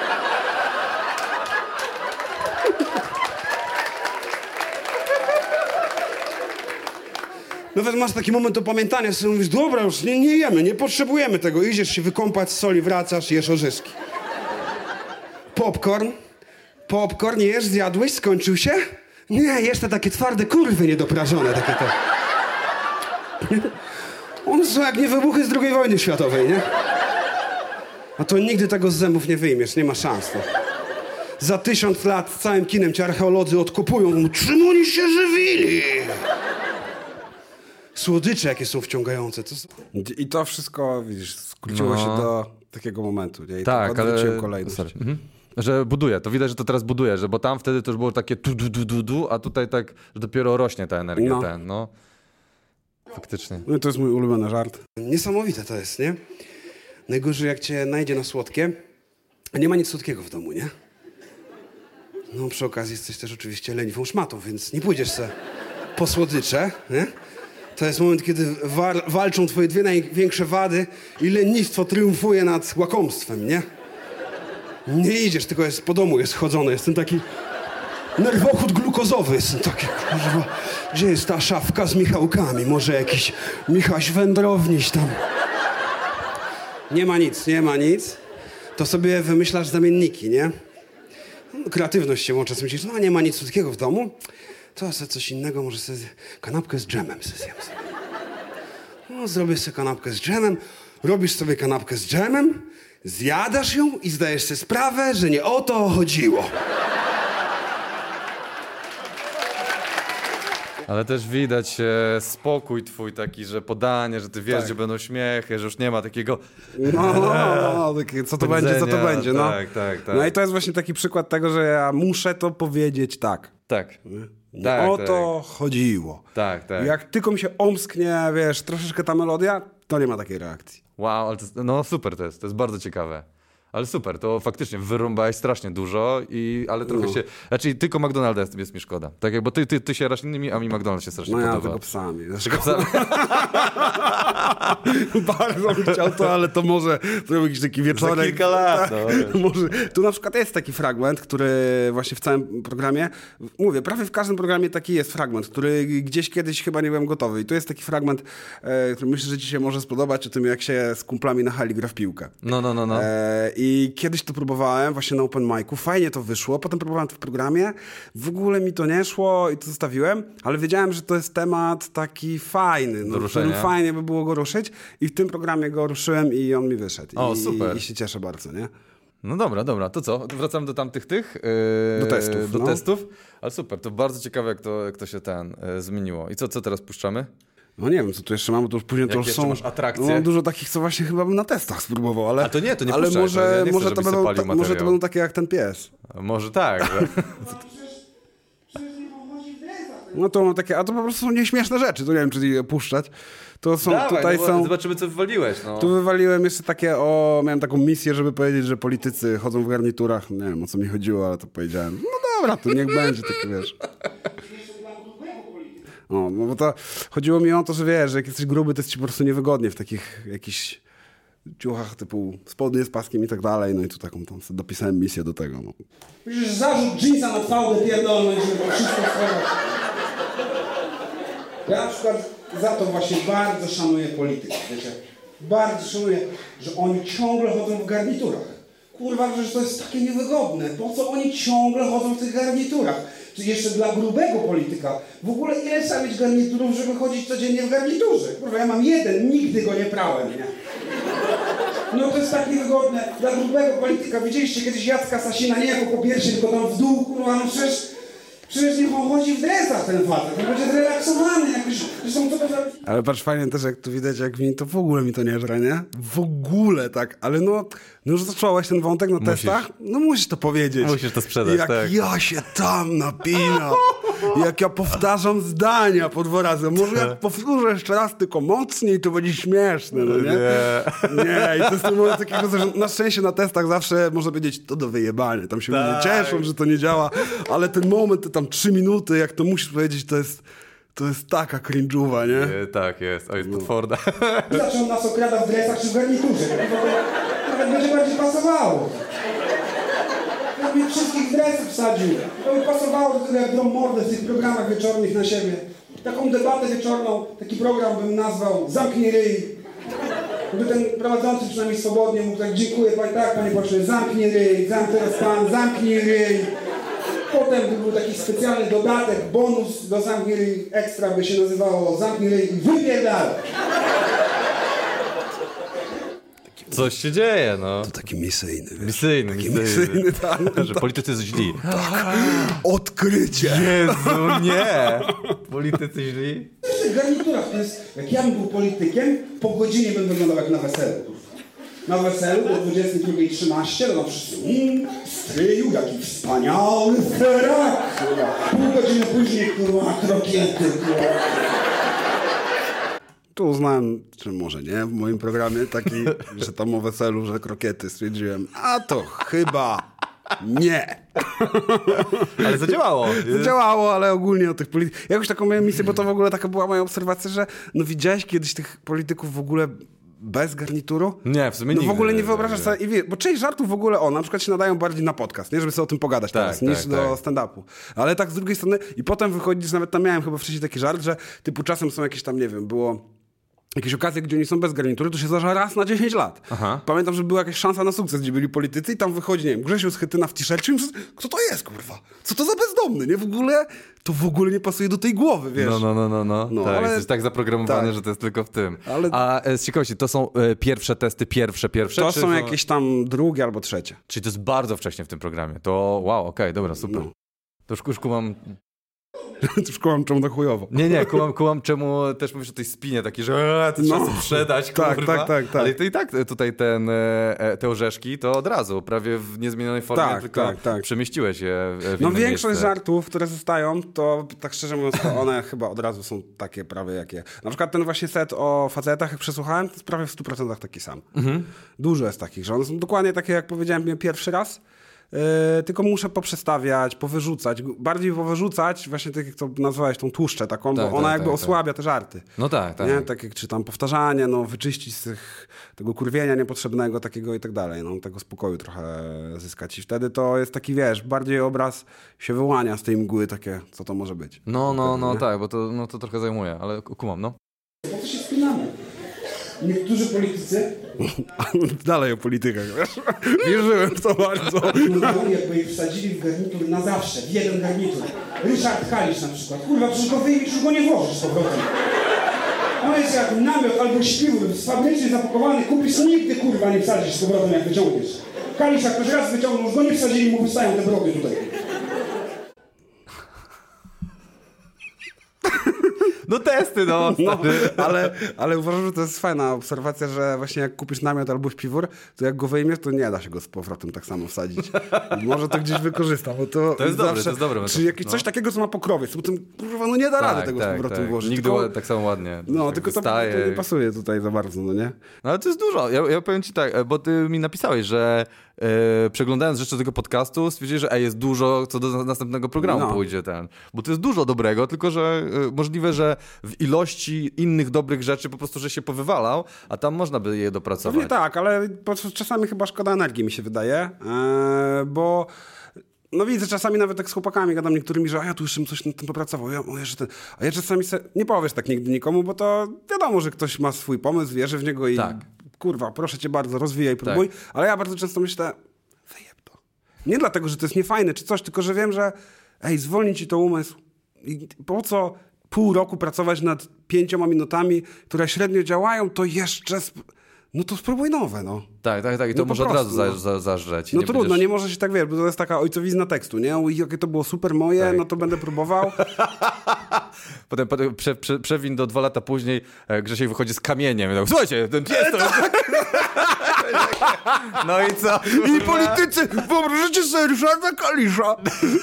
Speaker 2: Nawet masz taki moment opamiętania, sobie mówisz, dobra, już nie jemy, nie potrzebujemy tego. Idziesz się wykąpać z soli, wracasz, jesz orzeszki. Popcorn jesz, zjadłeś, skończył się? Nie, jeszcze takie twarde kurwy niedoprażone, takie te. One są jak nie wybuchy z II wojny światowej, nie? A to nigdy tego z zębów nie wyjmiesz, nie ma szans. To. Za 1000 lat z całym kinem cię archeolodzy odkopują, czym oni się żywili? Słodycze jakie są wciągające. I to wszystko, widzisz, skróciło się do takiego momentu, nie? I
Speaker 1: tak,
Speaker 2: odwróciłem kolejność.
Speaker 1: Że buduje, to widać, że to teraz buduje, bo tam wtedy to już było takie a tutaj tak, że dopiero rośnie ta energia. Faktycznie.
Speaker 2: No i to jest mój ulubiony żart. Niesamowite to jest, nie? Najgorzej jak cię najdzie na słodkie, a nie ma nic słodkiego w domu, nie? No przy okazji jesteś też oczywiście leniwą szmatą, więc nie pójdziesz se po słodycze, nie? To jest moment, kiedy walczą twoje dwie największe wady i lenistwo triumfuje nad łakomstwem, nie? Nie idziesz, tylko jest po domu, jest chodzony, jestem taki nerwochód glukozowy, jestem taki, kurwa, gdzie jest ta szafka z Michałkami? Może jakiś Michaś wędrowniś tam. Nie ma nic. To sobie wymyślasz zamienniki, nie? No, kreatywność się łączy, myślisz, no nie ma nic słodkiego w domu, to sobie coś innego, może sobie kanapkę z dżemem sobie zjem. No, zrobię sobie kanapkę z dżemem, robisz sobie kanapkę z dżemem, zjadasz ją i zdajesz sobie sprawę, że nie o to chodziło.
Speaker 1: Ale też widać spokój twój taki, że podanie, że ty wiesz, gdzie będą śmiechy, że już nie ma takiego...
Speaker 2: Takie, co to będzie, no.
Speaker 1: Tak.
Speaker 2: No i to jest właśnie taki przykład tego, że ja muszę to powiedzieć tak.
Speaker 1: Tak.
Speaker 2: O to chodziło.
Speaker 1: Tak.
Speaker 2: Jak tylko mi się omsknie, wiesz, troszeczkę ta melodia, to nie ma takiej reakcji.
Speaker 1: Wow, ale no super to jest bardzo ciekawe. Ale super, to faktycznie wyrąbałeś strasznie dużo, ale trochę się... Znaczy tylko McDonalda jest mi szkoda. Tak jak, bo ty się rasz innymi, a mi McDonald's się strasznie podoba.
Speaker 2: No ja tylko psami. Bardzo bym chciał to, ale to może zrobić jakiś taki wieczorek.
Speaker 1: Za kilka lat.
Speaker 2: Może. Tu na przykład jest taki fragment, który właśnie w całym programie, mówię, prawie w każdym programie taki jest fragment, który gdzieś kiedyś chyba nie byłem gotowy. I to jest taki fragment, który myślę, że ci się może spodobać, o tym jak się z kumplami na hali gra w piłkę.
Speaker 1: No.
Speaker 2: I kiedyś to próbowałem właśnie na open micu, fajnie to wyszło, potem próbowałem to w programie, w ogóle mi to nie szło i to zostawiłem, ale wiedziałem, że to jest temat taki fajny, no, którym fajnie by było go ruszyć i w tym programie go ruszyłem i on mi wyszedł.
Speaker 1: O, super.
Speaker 2: I się cieszę bardzo, nie?
Speaker 1: No dobra, to co? Wracamy do tamtych
Speaker 2: do testów.
Speaker 1: Do testów. Ale super, to bardzo ciekawe, jak to się zmieniło. I co teraz puszczamy?
Speaker 2: No nie wiem, co tu jeszcze mam, bo to już później to już są...
Speaker 1: masz atrakcje?
Speaker 2: No, mam dużo takich, co właśnie chyba bym na testach spróbował, ale...
Speaker 1: A to nie puszczaj,
Speaker 2: ale może
Speaker 1: to
Speaker 2: będą takie jak ten pies.
Speaker 1: Może tak.
Speaker 2: No to mam takie, a to po prostu są nieśmieszne rzeczy, to nie wiem, czy je puszczać. To są,
Speaker 1: Dawaj,
Speaker 2: tutaj są...
Speaker 1: Zobaczymy, co wywaliłeś. No.
Speaker 2: Tu wywaliłem jeszcze takie miałem taką misję, żeby powiedzieć, że politycy chodzą w garniturach. Nie wiem, o co mi chodziło, ale to powiedziałem. No dobra, to niech będzie taki, wiesz... No bo to chodziło mi o to, że wiesz, że jak jesteś gruby, to jest ci po prostu niewygodnie w takich jakichś ciuchach typu spodnie z paskiem i tak dalej. No i tu taką tam sobie dopisałem misję do tego. No.
Speaker 3: Przecież zarzut jeansa na fałdę pierdolność, żeby wszystko schować. Ja na przykład za to właśnie bardzo szanuję polityków, wiecie. Bardzo szanuję, że oni ciągle chodzą w garniturach. Kurwa, przecież to jest takie niewygodne. Po co oni ciągle chodzą w tych garniturach? Czy jeszcze dla grubego polityka? W ogóle ile trzeba mieć garniturów, żeby chodzić codziennie w garniturze? Kurwa, ja mam jeden, nigdy go nie prałem, nie? No to jest tak niewygodne. Dla grubego polityka, widzieliście kiedyś Jacka Sasina, nie jako po piersi, tylko tam w dół, kurwa, no przecież niech on chodzi w dresach ten facet, on będzie zrelaksowany jakoś, zresztą co to za...
Speaker 2: Ale patrz, fajnie też, jak tu widać, jak mi to w ogóle mi to nie żre, nie? W ogóle tak, ale no już zacząłeś ten wątek na testach, no musisz to powiedzieć.
Speaker 1: Musisz to sprzedać,
Speaker 2: jak
Speaker 1: tak.
Speaker 2: Ja się tam napinam, jak ja powtarzam zdania po 2 razy, może jak powtórzę jeszcze raz, tylko mocniej, to będzie śmieszne, no nie? Nie, i to jest ten moment takiego, że na szczęście na testach zawsze można powiedzieć, to do wyjebania, tam się ludzie cieszą, że to nie działa, ale ten moment, te tam 3 minuty, jak to musisz powiedzieć, to jest taka cringe'uwa, nie?
Speaker 1: Tak, jest. O, jest potworna.
Speaker 3: Zaczął nas okrada w dresach czy w garniturze. Nawet będzie bardziej pasowało. Ja bym wszystkich w dresy wsadził. To by pasowało do tego, jak drą mordę w tych programach wieczornych na siebie. Taką debatę wieczorną, taki program bym nazwał Zamknij ryj. By ten prowadzący przynajmniej swobodnie mógł tak, dziękuję panie pośle, zamknij ryj, teraz pan, zamknij ryj. Potem by był taki specjalny dodatek, bonus do Zamknij ryj ekstra by się nazywało Zamknij ryj i wypierdalaj.
Speaker 1: Coś się dzieje, no.
Speaker 2: To taki misyjny, wiesz?
Speaker 1: Misyjny,
Speaker 2: tak.
Speaker 1: Że politycy są źli.
Speaker 2: Odkrycie!
Speaker 1: Jezu, nie! Politycy źli?
Speaker 3: W tych garniturach to jest, jak ja bym był politykiem, po godzinie bym wyglądał jak na weselu. Na weselu do 22:13, to tam wszyscy stryju, jaki wspaniały ferak! Pół godziny później, kurwa, krokiety, kurwa.
Speaker 2: Tu uznałem, czy może nie, w moim programie taki, że tam o weselu, że krokiety, stwierdziłem, a to chyba nie.
Speaker 1: Ale zadziałało.
Speaker 2: Zadziałało, ale ogólnie o tych politykach. Jakoś taką miałem misję, bo to w ogóle taka była moja obserwacja, że no widziałeś kiedyś tych polityków w ogóle bez garnituru?
Speaker 1: Nie, w sumie nigdy.
Speaker 2: No w ogóle nie wyobrażasz sobie, bo część żartów w ogóle na przykład się nadają bardziej na podcast, nie? Żeby sobie o tym pogadać teraz, niż do stand-upu. Ale tak z drugiej strony i potem wychodzisz, nawet tam miałem chyba wcześniej taki żart, że typu czasem są jakieś tam, nie wiem, było jakieś okazje, gdzie oni są bez garnitury, to się zdarza raz na 10 lat.
Speaker 1: Aha.
Speaker 2: Pamiętam, że była jakaś szansa na sukces, gdzie byli politycy i tam wychodzi, nie wiem, Grzesiu Schetyna w t-shircie i myślę, kto to jest, kurwa? Co to za bezdomny, nie? To w ogóle nie pasuje do tej głowy, wiesz?
Speaker 1: No tak, ale... jesteś tak zaprogramowany, tak, że to jest tylko w tym. Ale... A z ciekawości, to są pierwsze testy, pierwsze?
Speaker 2: To są jakieś tam drugie albo trzecie.
Speaker 1: Czyli to jest bardzo wcześnie w tym programie. To wow, okej, dobra, super. No. To już kumam...
Speaker 2: Już kumam czemu tak chujowo.
Speaker 1: Nie, kumam czemu też mówisz o tej spinie takiej, że to trzeba sprzedać, kurwa.
Speaker 2: Tak.
Speaker 1: Ale to i tak tutaj te orzeszki to od razu, prawie w niezmienionej formie, tylko przemieściłeś je w inne
Speaker 2: większość
Speaker 1: miejsce.
Speaker 2: żartów, które zostają, to tak szczerze mówiąc, to one chyba od razu są takie prawie jakie. Na przykład ten właśnie set o facetach, jak przesłuchałem, to jest prawie w 100% taki sam. Mhm. Dużo jest takich, że one są dokładnie takie, jak powiedziałem pierwszy raz. Tylko muszę poprzestawiać, powyrzucać, bardziej powyrzucać, właśnie tak jak to nazwałeś, tą tłuszczę taką, bo ona jakby osłabia te żarty.
Speaker 1: No tak.
Speaker 2: Nie? Tak jak czy tam powtarzanie, wyczyścić z tego kurwienia niepotrzebnego takiego i tak dalej, tego spokoju trochę zyskać i wtedy to jest taki, wiesz, bardziej obraz się wyłania z tej mgły takie, co to może być.
Speaker 1: Tak, bo to trochę zajmuje, ale kumam, no.
Speaker 3: Po co się spinamy? Niektórzy politycy...
Speaker 2: Dalej o politykach, wiesz? Wierzyłem w to bardzo.
Speaker 3: Jakby ich wsadzili w garnitur na zawsze, w jeden garnitur. Ryszard Kalisz na przykład. Kurwa, przecież go wyjmiesz, już go nie włożysz z powrotem. No jest jak namiot albo śpiwór, fabrycznie zapakowany, kupisz, nigdy kurwa nie wsadzisz z powrotem, jak wyciągniesz. Kalisza ktoś raz wyciągnął, już go nie wsadzili, mu wystają te brody tutaj.
Speaker 1: No testy, no.
Speaker 2: No, ale uważam, że to jest fajna obserwacja, że właśnie jak kupisz namiot albo śpiwór, to jak go wyjmiesz, to nie da się go z powrotem tak samo wsadzić. Może to gdzieś wykorzysta, bo to
Speaker 1: jest
Speaker 2: zawsze...
Speaker 1: to jest dobre.
Speaker 2: Czy jakieś coś takiego, co ma pokrowiec, to potem, kurwa, no nie da rady tego z powrotem włożyć.
Speaker 1: Nigdy
Speaker 2: tylko...
Speaker 1: tak samo ładnie.
Speaker 2: No,
Speaker 1: tak
Speaker 2: tylko
Speaker 1: wystaje.
Speaker 2: to nie pasuje tutaj za bardzo, no nie?
Speaker 1: No ale to jest dużo. Ja powiem ci tak, bo ty mi napisałeś, że przeglądając rzeczy tego podcastu stwierdziłeś, że jest dużo, co do następnego programu pójdzie ten. Bo to jest dużo dobrego, tylko że możliwe, że w ilości innych dobrych rzeczy po prostu, że się powywalał, a tam można by je dopracować.
Speaker 2: Pewnie tak, ale czasami chyba szkoda energii, mi się wydaje, bo... No widzę, czasami nawet tak z chłopakami gadam niektórymi, że ja tu już coś nad tym popracował, a ja czasami nie powiesz tak nigdy nikomu, bo to wiadomo, że ktoś ma swój pomysł, wierzy w niego i kurwa, proszę cię bardzo, rozwijaj, próbuj, ale ja bardzo często myślę, wyjeb to. Nie dlatego, że to jest niefajne czy coś, tylko że wiem, że zwolni ci to umysł i po co pół roku pracować nad 5 minutami, które średnio działają, to jeszcze... No to spróbuj nowe, no.
Speaker 1: Tak. I to
Speaker 2: no
Speaker 1: może od razu zażreć.
Speaker 2: No trudno, nie może się tak, wiesz, bo to jest taka ojcowizna tekstu, nie? Jakie to było super moje, no to będę próbował.
Speaker 1: Potem przewin do 2 lata później Grzesiek wychodzi z kamieniem. I tak, słuchajcie, ten pies to... No i co?
Speaker 2: I politycy, wyobraźcie sobie Ryszarda Kalisza.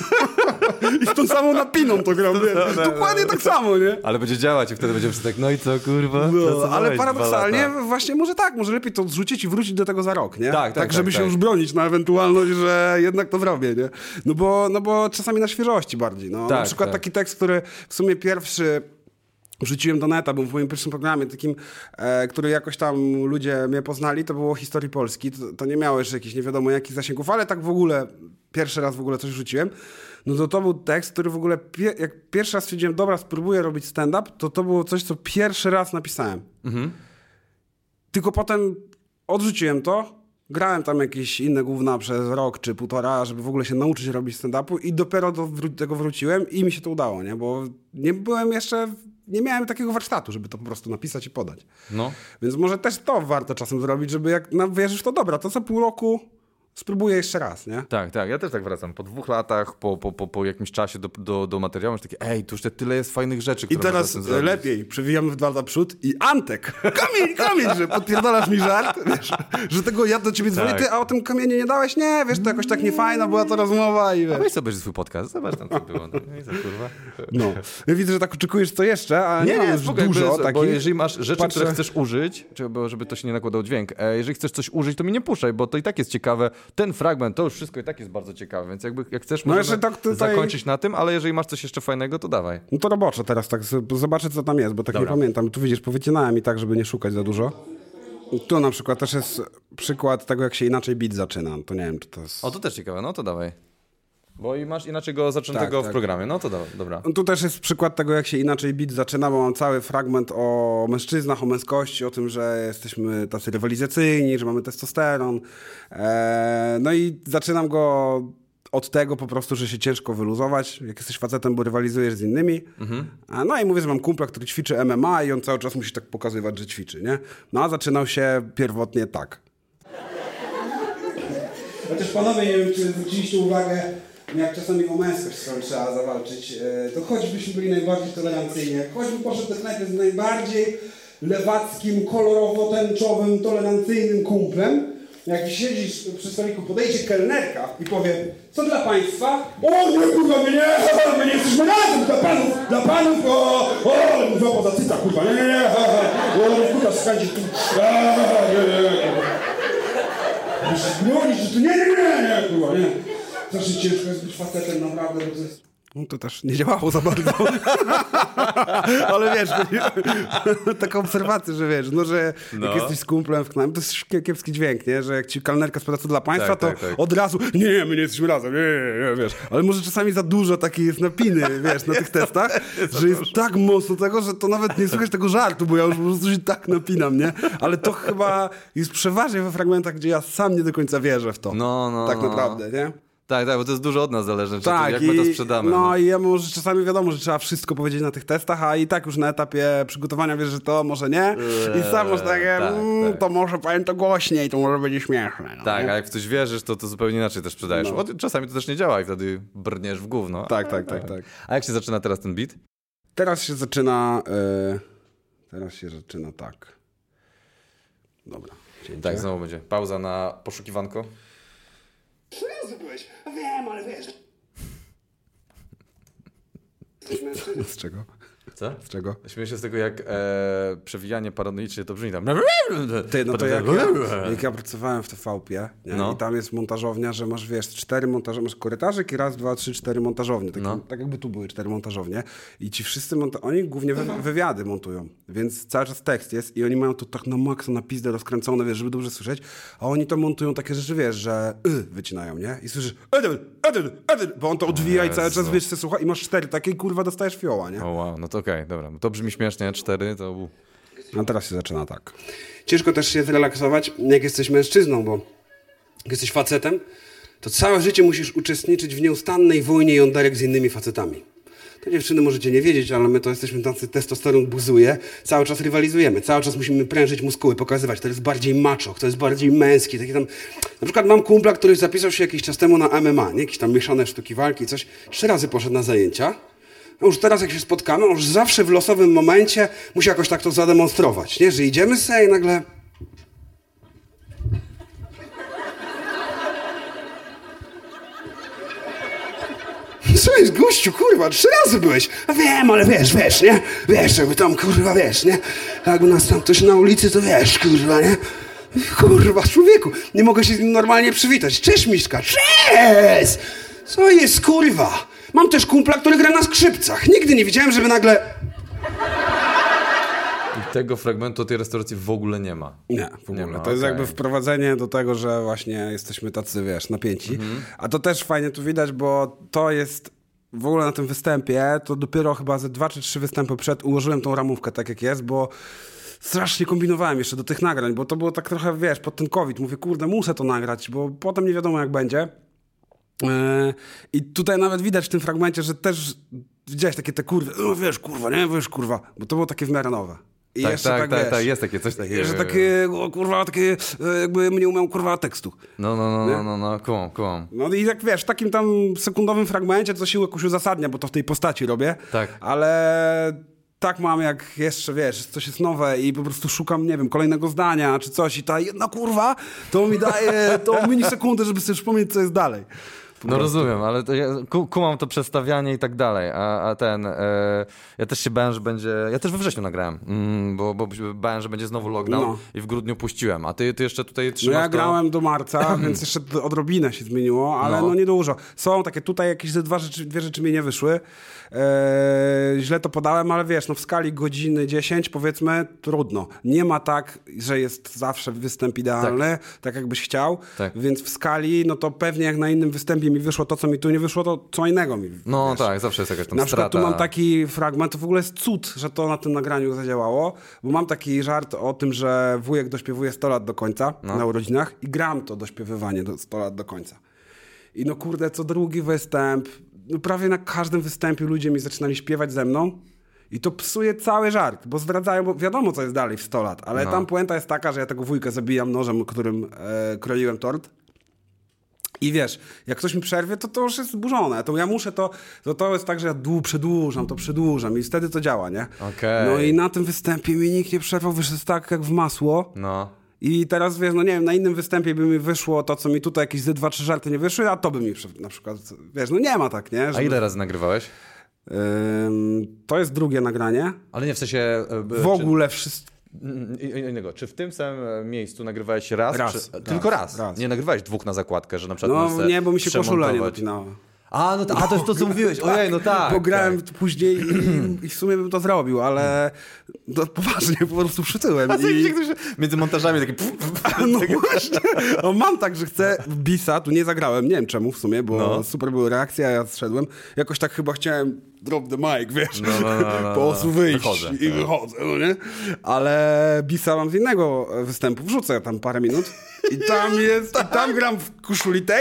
Speaker 2: I z tą samą napiną to gram, dokładnie tak samo, nie?
Speaker 1: Ale będzie działać i wtedy będziemy tak, no i co, kurwa?
Speaker 2: No, ale paradoksalnie właśnie może lepiej to odrzucić i wrócić do tego za rok, nie? Tak, żeby się już bronić na ewentualność, że jednak to zrobię, nie? No bo czasami na świeżości bardziej, no. Na przykład taki tekst, który w sumie pierwszy wrzuciłem do neta, był w moim pierwszym programie takim, który jakoś tam ludzie mnie poznali, to było Historii Polski, to nie miało jeszcze jakichś nie wiadomo jakich zasięgów, ale tak w ogóle, pierwszy raz w ogóle coś wrzuciłem, no to był tekst, który w ogóle, jak pierwszy raz stwierdziłem, dobra, spróbuję robić stand-up, to było coś, co pierwszy raz napisałem. Mhm. Tylko potem odrzuciłem to, grałem tam jakieś inne gówna przez rok czy półtora, żeby w ogóle się nauczyć robić stand-upu i dopiero do tego wróciłem i mi się to udało, nie? Bo nie miałem takiego warsztatu, żeby to po prostu napisać i podać. No. Więc może też to warto czasem zrobić, żeby jak wierzysz w to, dobra, to co pół roku spróbuję jeszcze raz, nie?
Speaker 1: Tak. Ja też tak wracam. Po 2 latach, po jakimś czasie do materiału, już takie, tu już tyle jest fajnych rzeczy, które
Speaker 2: i teraz lepiej, przewijamy w 2 lata przód i Antek, kamień, że podpierdalasz mi żart, wiesz, że tego ja do ciebie dzwonię, ty, a o tym kamieniu nie dałeś? Nie, wiesz, to jakoś tak niefajna była ta rozmowa i wiesz.
Speaker 1: A weź sobie swój podcast, zobacz tam, co było. No i co, kurwa.
Speaker 2: No. Ja widzę, że tak oczekujesz co jeszcze, ale nie mam już dużo takich.
Speaker 1: Bo jeżeli masz rzeczy, które chcesz użyć, żeby to się nie nakładał dźwięk, jeżeli chcesz coś użyć, to mi nie puszczaj, bo to i tak jest ciekawe. Ten fragment, to już wszystko i tak jest bardzo ciekawe, więc jak chcesz, możemy zakończyć na tym, ale jeżeli masz coś jeszcze fajnego, to dawaj.
Speaker 2: No to robocze teraz, tak zobaczę, co tam jest, bo tak nie pamiętam. Tu widzisz, powycinałem i tak, żeby nie szukać za dużo. Tu na przykład też jest przykład tego, jak się inaczej beat zaczyna. To nie wiem, czy to jest...
Speaker 1: O, to też ciekawe, no to dawaj. Bo i masz inaczej go zaczętego w programie, no to dobra.
Speaker 2: Tu też jest przykład tego, jak się inaczej beat zaczyna, bo mam cały fragment o mężczyznach, o męskości, o tym, że jesteśmy tacy rywalizacyjni, że mamy testosteron. No i zaczynam go od tego po prostu, że się ciężko wyluzować, jak jesteś facetem, bo rywalizujesz z innymi. No i mówię, że mam kumpla, który ćwiczy MMA i on cały czas musi tak pokazywać, że ćwiczy, nie? No a zaczynał się pierwotnie tak.
Speaker 3: Chociaż panowie, nie wiem, czy zwróciliście uwagę, jak czasami o męskość trzeba zawalczyć, to choćbyśmy byli najbardziej tolerancyjni, choćby poszedł najpierw z najbardziej lewackim, kolorowo-tęczowym, tolerancyjnym kumplem, jak siedzisz przy stoliku, podejdzie kelnerka i powie, co dla państwa? O nie, kurwa, my nie jesteśmy razem, dla panów, mówiła poza cyta, kurwa, nie, kurwa, skandzi tu, nie, kurwa, nie. Strasznie ciężko jest być facetem, naprawdę, bo to jest...
Speaker 2: No to też nie działało za bardzo. Ale wiesz, taka obserwacja, że wiesz, że jak jesteś z kumplem w knajpie, to jest kiepski dźwięk, nie? Że jak ci kelnerka spyta, co dla państwa, to od razu, nie, my nie jesteśmy razem, nie, wiesz. Ale może czasami za dużo takiej jest napiny, wiesz, na tych testach, że jest tak mocno tego, że to nawet nie słychać tego żartu, bo ja już po prostu się tak napinam, nie? Ale to chyba jest przeważnie we fragmentach, gdzie ja sam nie do końca wierzę w to. Tak naprawdę, nie?
Speaker 1: Tak, bo to jest dużo od nas zależne,
Speaker 2: Tak,
Speaker 1: jak my to sprzedamy.
Speaker 2: No i ja może czasami wiadomo, że trzeba wszystko powiedzieć na tych testach, a i tak już na etapie przygotowania wiesz, że to może nie. I sam masz takie,
Speaker 1: tak.
Speaker 2: to może powiem to głośniej, to może będzie śmieszne. No,
Speaker 1: Tak,
Speaker 2: nie?
Speaker 1: a jak w coś wierzysz, to zupełnie inaczej też sprzedajesz.
Speaker 2: No.
Speaker 1: Czasami to też nie działa i wtedy brniesz w gówno.
Speaker 2: Tak.
Speaker 1: A jak się zaczyna teraz ten beat?
Speaker 2: Teraz się zaczyna tak. Dobra. Cięcie.
Speaker 1: Tak, znowu będzie pauza na poszukiwanko.
Speaker 3: Byłeś. Wiem, ale wiesz.
Speaker 2: Z czego?
Speaker 1: Co?
Speaker 2: Z czego?
Speaker 1: Śmieję się z tego, jak przewijanie paranoicznie to brzmi tam.
Speaker 2: Ty, no to jak ja pracowałem w TVP, nie?
Speaker 1: No.
Speaker 2: I tam jest montażownia, że masz, wiesz, 4 montaże, masz korytarzyk i 1, 2, 3, 4 montażownie. Tak jakby tu były 4 montażownie. I ci wszyscy, oni głównie wywiady montują, więc cały czas tekst jest i oni mają to tak na maksa, na pizdę rozkręcone, wiesz, żeby dobrze słyszeć, a oni to montują takie rzeczy, wiesz, że wycinają, nie? I słyszysz bo on to odwija i cały czas, wiesz, se słucha i masz 4 takie i kurwa dostajesz fioła, nie?
Speaker 1: O wow, no to okej, dobra. To brzmi śmiesznie, 4 to...
Speaker 2: A teraz się zaczyna tak. Ciężko też się zrelaksować, jak jesteś mężczyzną, bo jak jesteś facetem, to całe życie musisz uczestniczyć w nieustannej wojnie jąderek z innymi facetami. To dziewczyny możecie nie wiedzieć, ale my to jesteśmy tacy, testosteron buzuje, cały czas rywalizujemy, cały czas musimy prężyć muskuły, pokazywać, to jest bardziej macho, to jest bardziej męski, taki tam... Na przykład mam kumpla, który zapisał się jakiś czas temu na MMA, nie? Jakieś tam mieszane sztuki walki, coś, 3 razy poszedł na zajęcia. A już teraz jak się spotkamy, on już zawsze w losowym momencie musi jakoś tak to zademonstrować, nie? Że idziemy sobie i nagle... Co jest, gościu, kurwa, 3 razy byłeś. A wiem, ale wiesz, nie? Wiesz, jakby tam, kurwa, wiesz, nie? Jakby nas tam ktoś na ulicy, to wiesz, kurwa, nie? Kurwa, człowieku, nie mogę się z nim normalnie przywitać. Cześć, Miszka, cześć! Co jest, kurwa? Mam też kumpla, który gra na skrzypcach. Nigdy nie widziałem, żeby nagle...
Speaker 1: I tego fragmentu tej restauracji w ogóle nie ma.
Speaker 2: Nie, w ogóle.
Speaker 1: Nie ma,
Speaker 2: to jest
Speaker 1: okej.
Speaker 2: jakby wprowadzenie do tego, że właśnie jesteśmy tacy, wiesz, napięci. A to też fajnie tu widać, bo to jest w ogóle na tym występie, to dopiero chyba ze 2 czy 3 występy przed ułożyłem tą ramówkę tak jak jest, bo strasznie kombinowałem jeszcze do tych nagrań, bo to było tak trochę, wiesz, pod ten COVID. Mówię, kurde, muszę to nagrać, bo potem nie wiadomo jak będzie. I tutaj nawet widać w tym fragmencie, że też widziałeś takie te kurwy, no wiesz kurwa, nie, wiesz kurwa, bo to było takie w miarę nowe. I
Speaker 1: Tak,
Speaker 2: wiesz,
Speaker 1: tak, jest takie coś takiego.
Speaker 2: że takie, kurwa, takie jakby nie umiał kurwa tekstu.
Speaker 1: No, kumam.
Speaker 2: No i jak wiesz, w takim tam sekundowym fragmencie to się jakoś uzasadnia, bo to w tej postaci robię,
Speaker 1: Tak.
Speaker 2: ale tak mam jak jeszcze, wiesz, coś jest nowe i po prostu szukam, nie wiem, kolejnego zdania czy coś i ta jedna kurwa to mi daje tą milisekundę, żeby sobie przypomnieć, co jest dalej.
Speaker 1: No rozumiem, ale to kumam to przestawianie i tak dalej, ja też się bałem, że będzie, ja też we wrześniu nagrałem, bo bałem, że będzie znowu lockdown i w grudniu puściłem, a ty jeszcze tutaj trzymasz
Speaker 2: No ja grałem do marca, więc jeszcze odrobinę się zmieniło, ale no niedużo. Są takie tutaj jakieś 2 rzeczy mi nie wyszły, źle to podałem, ale wiesz, no w skali godziny 10 powiedzmy trudno. Nie ma tak, że jest zawsze występ idealny, tak jakbyś chciał, więc w skali, no to pewnie jak na innym występie mi wyszło to, co mi tu nie wyszło, to co innego mi
Speaker 1: No
Speaker 2: wiesz.
Speaker 1: tak, zawsze jest jakaś tam
Speaker 2: Na przykład
Speaker 1: strata.
Speaker 2: tu mam taki fragment, to w ogóle jest cud, że to na tym nagraniu zadziałało, bo mam taki żart o tym, że wujek dośpiewuje 100 lat do końca na urodzinach i gram to dośpiewywanie 100 lat do końca. I no kurde, co drugi występ, no prawie na każdym występie ludzie mi zaczynali śpiewać ze mną i to psuje cały żart, bo zdradzają, bo wiadomo, co jest dalej w 100 lat, ale tam puenta jest taka, że ja tego wujka zabijam nożem, którym kroiłem tort. I wiesz, jak ktoś mi przerwie, to już jest zburzone. To ja muszę to jest tak, że ja przedłużam i wtedy to działa, nie?
Speaker 1: Okej.
Speaker 2: No i na tym występie mi nikt nie przerwał, wiesz, jest tak jak w masło.
Speaker 1: No.
Speaker 2: I teraz, wiesz, no nie wiem, na innym występie by mi wyszło to, co mi tutaj jakieś 2-3 żarty nie wyszły, a to by mi na przykład, wiesz, no nie ma tak, nie?
Speaker 1: A ile razy nagrywałeś?
Speaker 2: To jest drugie nagranie.
Speaker 1: Ale nie w sensie...
Speaker 2: W ogóle wszystko.
Speaker 1: Innego. Czy w tym samym miejscu nagrywałeś raz? Tylko raz.
Speaker 2: Raz.
Speaker 1: Nie nagrywałeś 2 na zakładkę, że na przykład
Speaker 2: No
Speaker 1: możesz
Speaker 2: nie, bo mi się koszula nie
Speaker 1: przemontować.
Speaker 2: dopinała.
Speaker 1: A, no to jest to, co mówiłeś. Ojej, no tak.
Speaker 2: Bo grałem później i w sumie bym to zrobił, ale no, poważnie po prostu przytyłem.
Speaker 1: Między montażami taki...
Speaker 2: No właśnie. No, mam tak, że chcę Bisa, tu nie zagrałem, nie wiem czemu w sumie, bo super były reakcje, a ja zszedłem. Jakoś tak chyba chciałem drop the mic, wiesz, po prostu wyjść i wychodzę, no nie? Ale Bisa mam z innego występu, wrzucę tam parę minut i tam gram w koszuli tej, a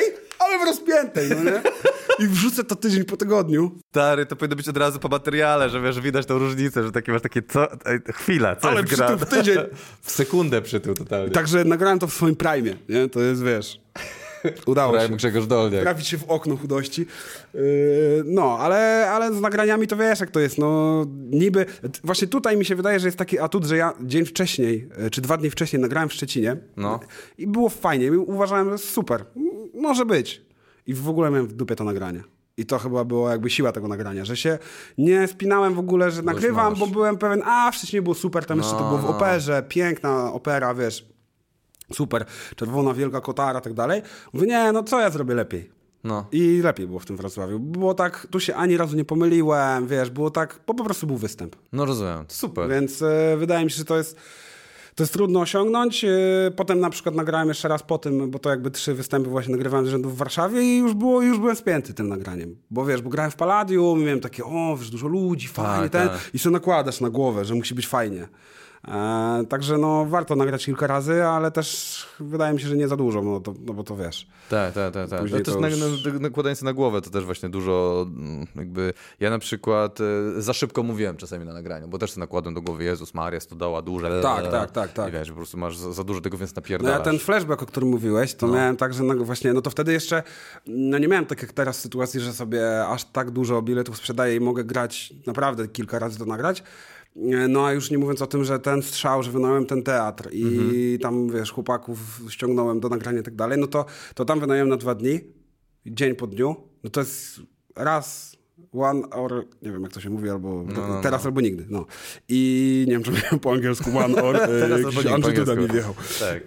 Speaker 2: cały w rozpiętej, no nie? I wrzucę to tydzień po tygodniu.
Speaker 1: Stary, to powinno być od razu po materiale, że wiesz, widać tą różnicę, że masz takie, chwila, co
Speaker 2: Ale
Speaker 1: jest gra?
Speaker 2: przytył w tydzień.
Speaker 1: W sekundę przytył totalnie.
Speaker 2: Także nagrałem to w swoim prime, nie? To jest, wiesz... Udało się.
Speaker 1: Grzegorz Dolniak.
Speaker 2: Trafić się w okno chudości. No, ale z nagraniami to wiesz, jak to jest. No, niby... Właśnie tutaj mi się wydaje, że jest taki atut, że ja dzień wcześniej, czy 2 dni wcześniej nagrałem w Szczecinie. No. I było fajnie. Uważałem, że jest super. Może być. I w ogóle miałem w dupie to nagranie. I to chyba było jakby siła tego nagrania, że się nie spinałem w ogóle, że nagrywam, bo byłem pewien, w Szczecinie było super, tam jeszcze to było w operze, piękna opera, wiesz, super, czerwona, wielka kotara, tak dalej. Mówię, nie, no co ja zrobię lepiej? No. I lepiej było w tym Wrocławiu. Było tak, tu się ani razu nie pomyliłem, wiesz, było tak, po prostu był występ.
Speaker 1: No rozumiem, super.
Speaker 2: Więc wydaje mi się, że to jest trudno osiągnąć. Potem na przykład nagrałem jeszcze raz po tym, bo to jakby 3 występy właśnie nagrywałem z rzędu w Warszawie i już byłem spięty tym nagraniem. Bo wiesz, bo grałem w Palladium, miałem takie, wiesz, dużo ludzi, fajnie, i sobie nakładasz na głowę, że musi być fajnie. Także no warto nagrać kilka razy, ale też wydaje mi się, że nie za dużo, no bo to wiesz.
Speaker 1: Tak. Ale też nakładając na głowę to też właśnie dużo jakby, ja na przykład za szybko mówiłem czasami na nagraniu, bo też sobie nakładam do głowy, Jezus Maria, stodoła duże. Tak. I wiesz, po prostu masz za dużo tego, więc napierdalasz.
Speaker 2: No ja ten flashback, o którym mówiłeś, to miałem tak, że właśnie, no to wtedy jeszcze, no nie miałem tak jak teraz sytuacji, że sobie aż tak dużo biletów sprzedaję i mogę grać naprawdę kilka razy to nagrać. No a już nie mówiąc o tym, że ten strzał, że wynająłem ten teatr i tam, wiesz, chłopaków ściągnąłem do nagrania i tak dalej, no to tam wynająłem na 2 dni, dzień po dniu, no to jest raz, one or, nie wiem jak to się mówi, albo teraz albo nigdy, no. I nie wiem, czy miałem po angielsku one or, Andrzej Duda mi wjechał. Tak.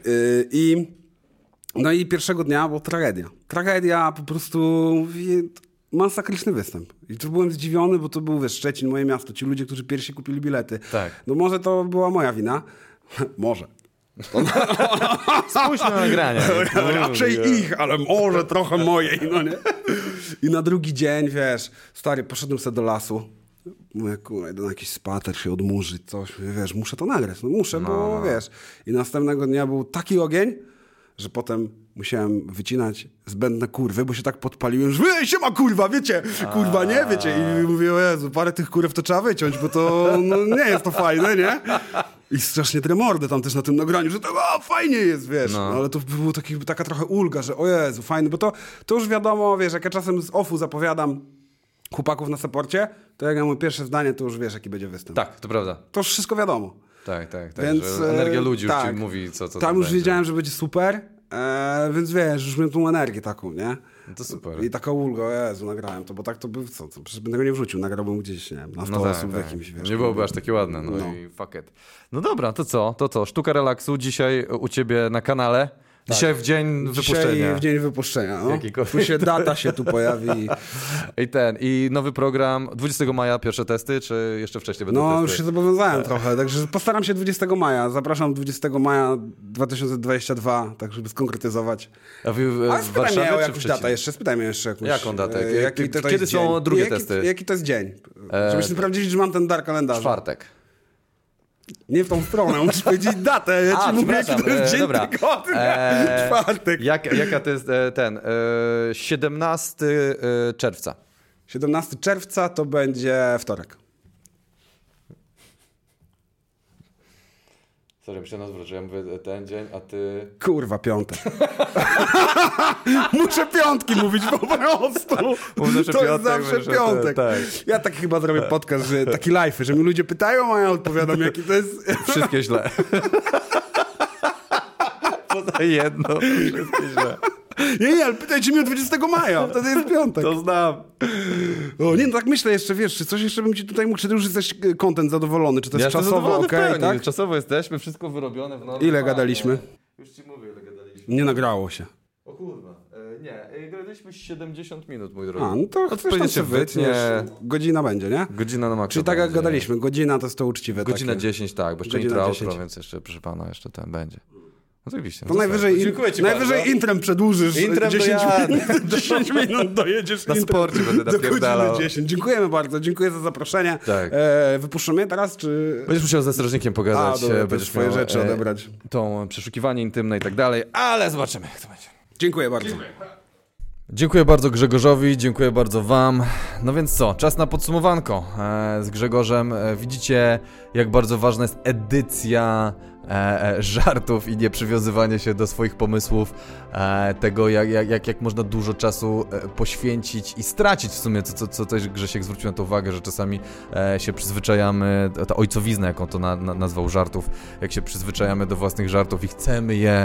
Speaker 2: No i pierwszego dnia była tragedia, po prostu... Masakryczny występ. I tu byłem zdziwiony, bo to był, wiesz, Szczecin, moje miasto, ci ludzie, którzy pierwsi kupili bilety. Tak. No może to była moja wina. Może.
Speaker 1: Spójrz na nagrania.
Speaker 2: Raczej ich, ale może trochę mojej, no nie? I na drugi dzień, wiesz, stary, poszedłem sobie do lasu. Mówię, idę na jakiś spacer się odmurzyć, coś, wiesz, muszę to nagrać. No muszę, bo wiesz. I następnego dnia był taki ogień, że potem musiałem wycinać zbędne kurwy, bo się tak podpaliłem, że siema kurwa, wiecie, kurwa, nie, wiecie. I mówię, o Jezu, parę tych kurw to trzeba wyciąć, bo to nie jest to fajne, nie? I strasznie tremordę tam też na tym nagraniu, że to fajnie jest, wiesz. No, ale to było taka trochę ulga, że o Jezu, fajne, bo to już wiadomo, wiesz, jak ja czasem z offu zapowiadam chłopaków na supporcie, to jak ja mówię pierwsze zdanie, to już wiesz, jaki będzie występ.
Speaker 1: Tak, to prawda.
Speaker 2: To już wszystko wiadomo.
Speaker 1: Tak. Więc, że energia ludzi już ci mówi, co tam
Speaker 2: już
Speaker 1: będzie.
Speaker 2: wiedziałem, że będzie super, więc wiesz, już miałem tą energię taką, nie?
Speaker 1: No to super.
Speaker 2: I taka ulga, o Jezu, nagrałem to, bo tak to by, przecież bym tego nie wrzucił, nagrałbym gdzieś, nie wiem, na 100 osób w jakimś, wiesz.
Speaker 1: Nie byłoby aż takie ładne, no i fuck it. No dobra, to co? Sztuka relaksu dzisiaj u ciebie na kanale. Dzisiaj w dzień wypuszczenia.
Speaker 2: Dzisiaj w dzień wypuszczenia, no. Tu się data się tu pojawi.
Speaker 1: I nowy program 20 maja pierwsze testy, czy jeszcze wcześniej będą testy?
Speaker 2: No już się zobowiązałem trochę, także postaram się 20 maja. Zapraszam 20 maja 2022, tak żeby skonkretyzować.
Speaker 1: A wy w Warszawie
Speaker 2: mnie o
Speaker 1: czy
Speaker 2: jakąś datę jeszcze, spytaj mnie jeszcze jakąś.
Speaker 1: Jaką datę?
Speaker 2: Kiedy
Speaker 1: są drugie testy?
Speaker 2: Jaki to jest dzień? Żebyśmy sprawdzili, czy mam ten dar kalendarza.
Speaker 1: Czwartek.
Speaker 2: Nie w tą stronę, musisz powiedzieć datę. Ja ci mówię, jaki to jest dzień tygodnia. Czwartek.
Speaker 1: Jaka to jest 17 czerwca.
Speaker 2: 17 czerwca to będzie wtorek.
Speaker 1: Sorry, muszę na zwrót, że ja mówię ten dzień, a ty...
Speaker 2: Kurwa, piątek. Muszę piątki mówić po prostu. To jest zawsze piątek. Tak. Ja tak chyba zrobię podcast, że taki live, że mi ludzie pytają, a ja odpowiadam, jaki to jest...
Speaker 1: Wszystkie źle. Poza jedno, wszystkie źle.
Speaker 2: Nie, ale pytajcie mnie o 20 maja, wtedy jest piątek.
Speaker 1: To znam.
Speaker 2: O, nie, no tak myślę jeszcze, wiesz, czy coś jeszcze bym ci tutaj mógł, czy ty już jesteś content zadowolony, czy to jest czasowo okej, tak?
Speaker 1: Czasowo jesteśmy, wszystko wyrobione w normie.
Speaker 2: Ile gadaliśmy?
Speaker 1: Już ci mówię, ile gadaliśmy.
Speaker 2: Nie nagrało się.
Speaker 1: O kurwa, nie, gadaliśmy 70 minut, mój drogi.
Speaker 2: A, no to chcesz się wytniesz. Godzina będzie, nie?
Speaker 1: Godzina na maksa.
Speaker 2: Czyli tak jak gadaliśmy, godzina to jest to uczciwe.
Speaker 1: Godzina
Speaker 2: takie.
Speaker 1: 10, tak, bo jeszcze intro, outro, więc jeszcze, proszę pana, jeszcze ten będzie. Oczywiście.
Speaker 2: To najwyżej intrem przedłużysz.
Speaker 1: Intrem
Speaker 2: 10 minut dojedziesz.
Speaker 1: Na sporcie będę napierdalał.
Speaker 2: 10. Dziękujemy bardzo, dziękuję za zaproszenie.
Speaker 1: Tak.
Speaker 2: Wypuszczamy teraz, czy...
Speaker 1: Będziesz musiał ze strażnikiem pogadać.
Speaker 2: Będziesz swoje rzeczy odebrać.
Speaker 1: Tą przeszukiwanie intymne i tak dalej, ale zobaczymy, jak to będzie.
Speaker 2: Dziękuję bardzo.
Speaker 1: Dziękuję bardzo Grzegorzowi, dziękuję bardzo wam. No więc co, czas na podsumowanko z Grzegorzem. Widzicie, jak bardzo ważna jest edycja żartów i nie przywiązywanie się do swoich pomysłów, tego jak można dużo czasu poświęcić i stracić w sumie, co też Grzesiek zwrócił na to uwagę, że czasami się przyzwyczajamy, ta ojcowizna, jak on to nazwał żartów, jak się przyzwyczajamy do własnych żartów i chcemy je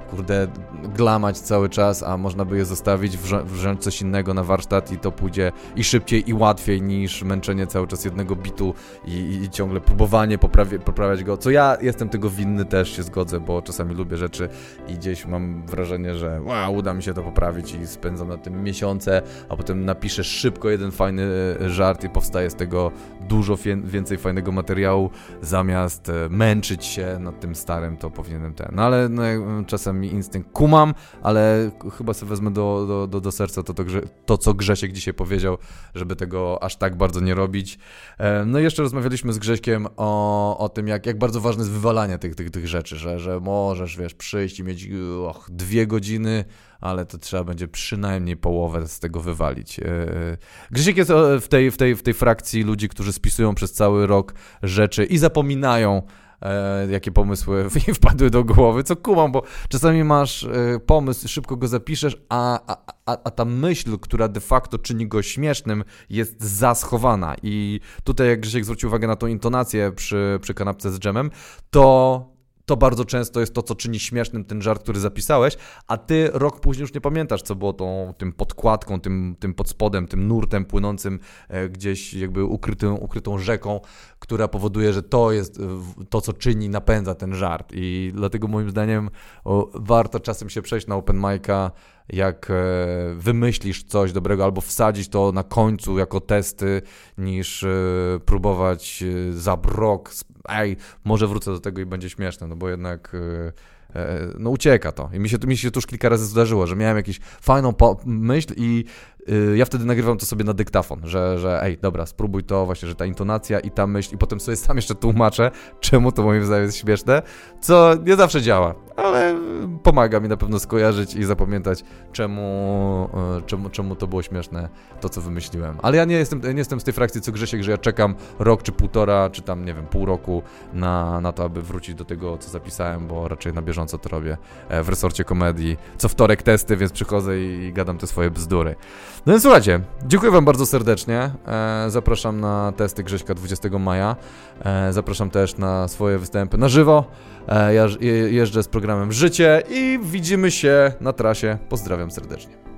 Speaker 1: glamać cały czas, a można by je zostawić, wziąć coś innego na warsztat i to pójdzie i szybciej i łatwiej niż męczenie cały czas jednego bitu i ciągle próbowanie poprawiać go, co ja jestem tego winny, też się zgodzę, bo czasami lubię rzeczy i gdzieś mam wrażenie, że uda mi się to poprawić i spędzam na tym miesiące, a potem napiszę szybko jeden fajny żart i powstaje z tego dużo więcej fajnego materiału, zamiast męczyć się nad tym starym, to powinienem no ale czasem mi instynkt kumam, ale chyba sobie wezmę do serca to, co Grzesiek dzisiaj powiedział, żeby tego aż tak bardzo nie robić. No i jeszcze rozmawialiśmy z Grześkiem o tym, jak bardzo ważne jest wywalanie tych rzeczy, że możesz, przyjść i mieć 2 godziny, ale to trzeba będzie przynajmniej połowę z tego wywalić. Grzesiek jest w tej frakcji ludzi, którzy spisują przez cały rok rzeczy i zapominają, jakie pomysły wpadły do głowy, co kumam, bo czasami masz pomysł, szybko go zapiszesz, a ta myśl, która de facto czyni go śmiesznym, jest zaschowana. I tutaj, jak Grzesiek zwrócił uwagę na tą intonację przy kanapce z dżemem, to bardzo często jest to, co czyni śmiesznym ten żart, który zapisałeś, a ty rok później już nie pamiętasz, co było tym podkładką, tym pod spodem, tym nurtem płynącym gdzieś jakby ukrytą rzeką, która powoduje, że to jest to, co napędza ten żart. I dlatego moim zdaniem warto czasem się przejść na open mic'a, jak wymyślisz coś dobrego, albo wsadzić to na końcu jako testy, niż próbować za rok, może wrócę do tego i będzie śmieszne, no bo jednak ucieka to. I mi się to już kilka razy zdarzyło, że miałem jakąś fajną myśl i ja wtedy nagrywam to sobie na dyktafon, że dobra, spróbuj to właśnie, że ta intonacja i ta myśl i potem sobie sam jeszcze tłumaczę, czemu to moim zdaniem jest śmieszne, co nie zawsze działa, ale pomaga mi na pewno skojarzyć i zapamiętać, czemu to było śmieszne, to co wymyśliłem. Ale ja nie jestem z tej frakcji co Grzesiek, że ja czekam rok czy półtora, czy tam nie wiem, pół roku na to, aby wrócić do tego, co zapisałem, bo raczej na bieżąco to robię w resorcie komedii. Co wtorek testy, więc przychodzę i gadam te swoje bzdury. No więc słuchajcie, dziękuję wam bardzo serdecznie. Zapraszam na testy Grześka 20 maja. Zapraszam też na swoje występy na żywo. Ja jeżdżę z programem Życie i widzimy się na trasie. Pozdrawiam serdecznie.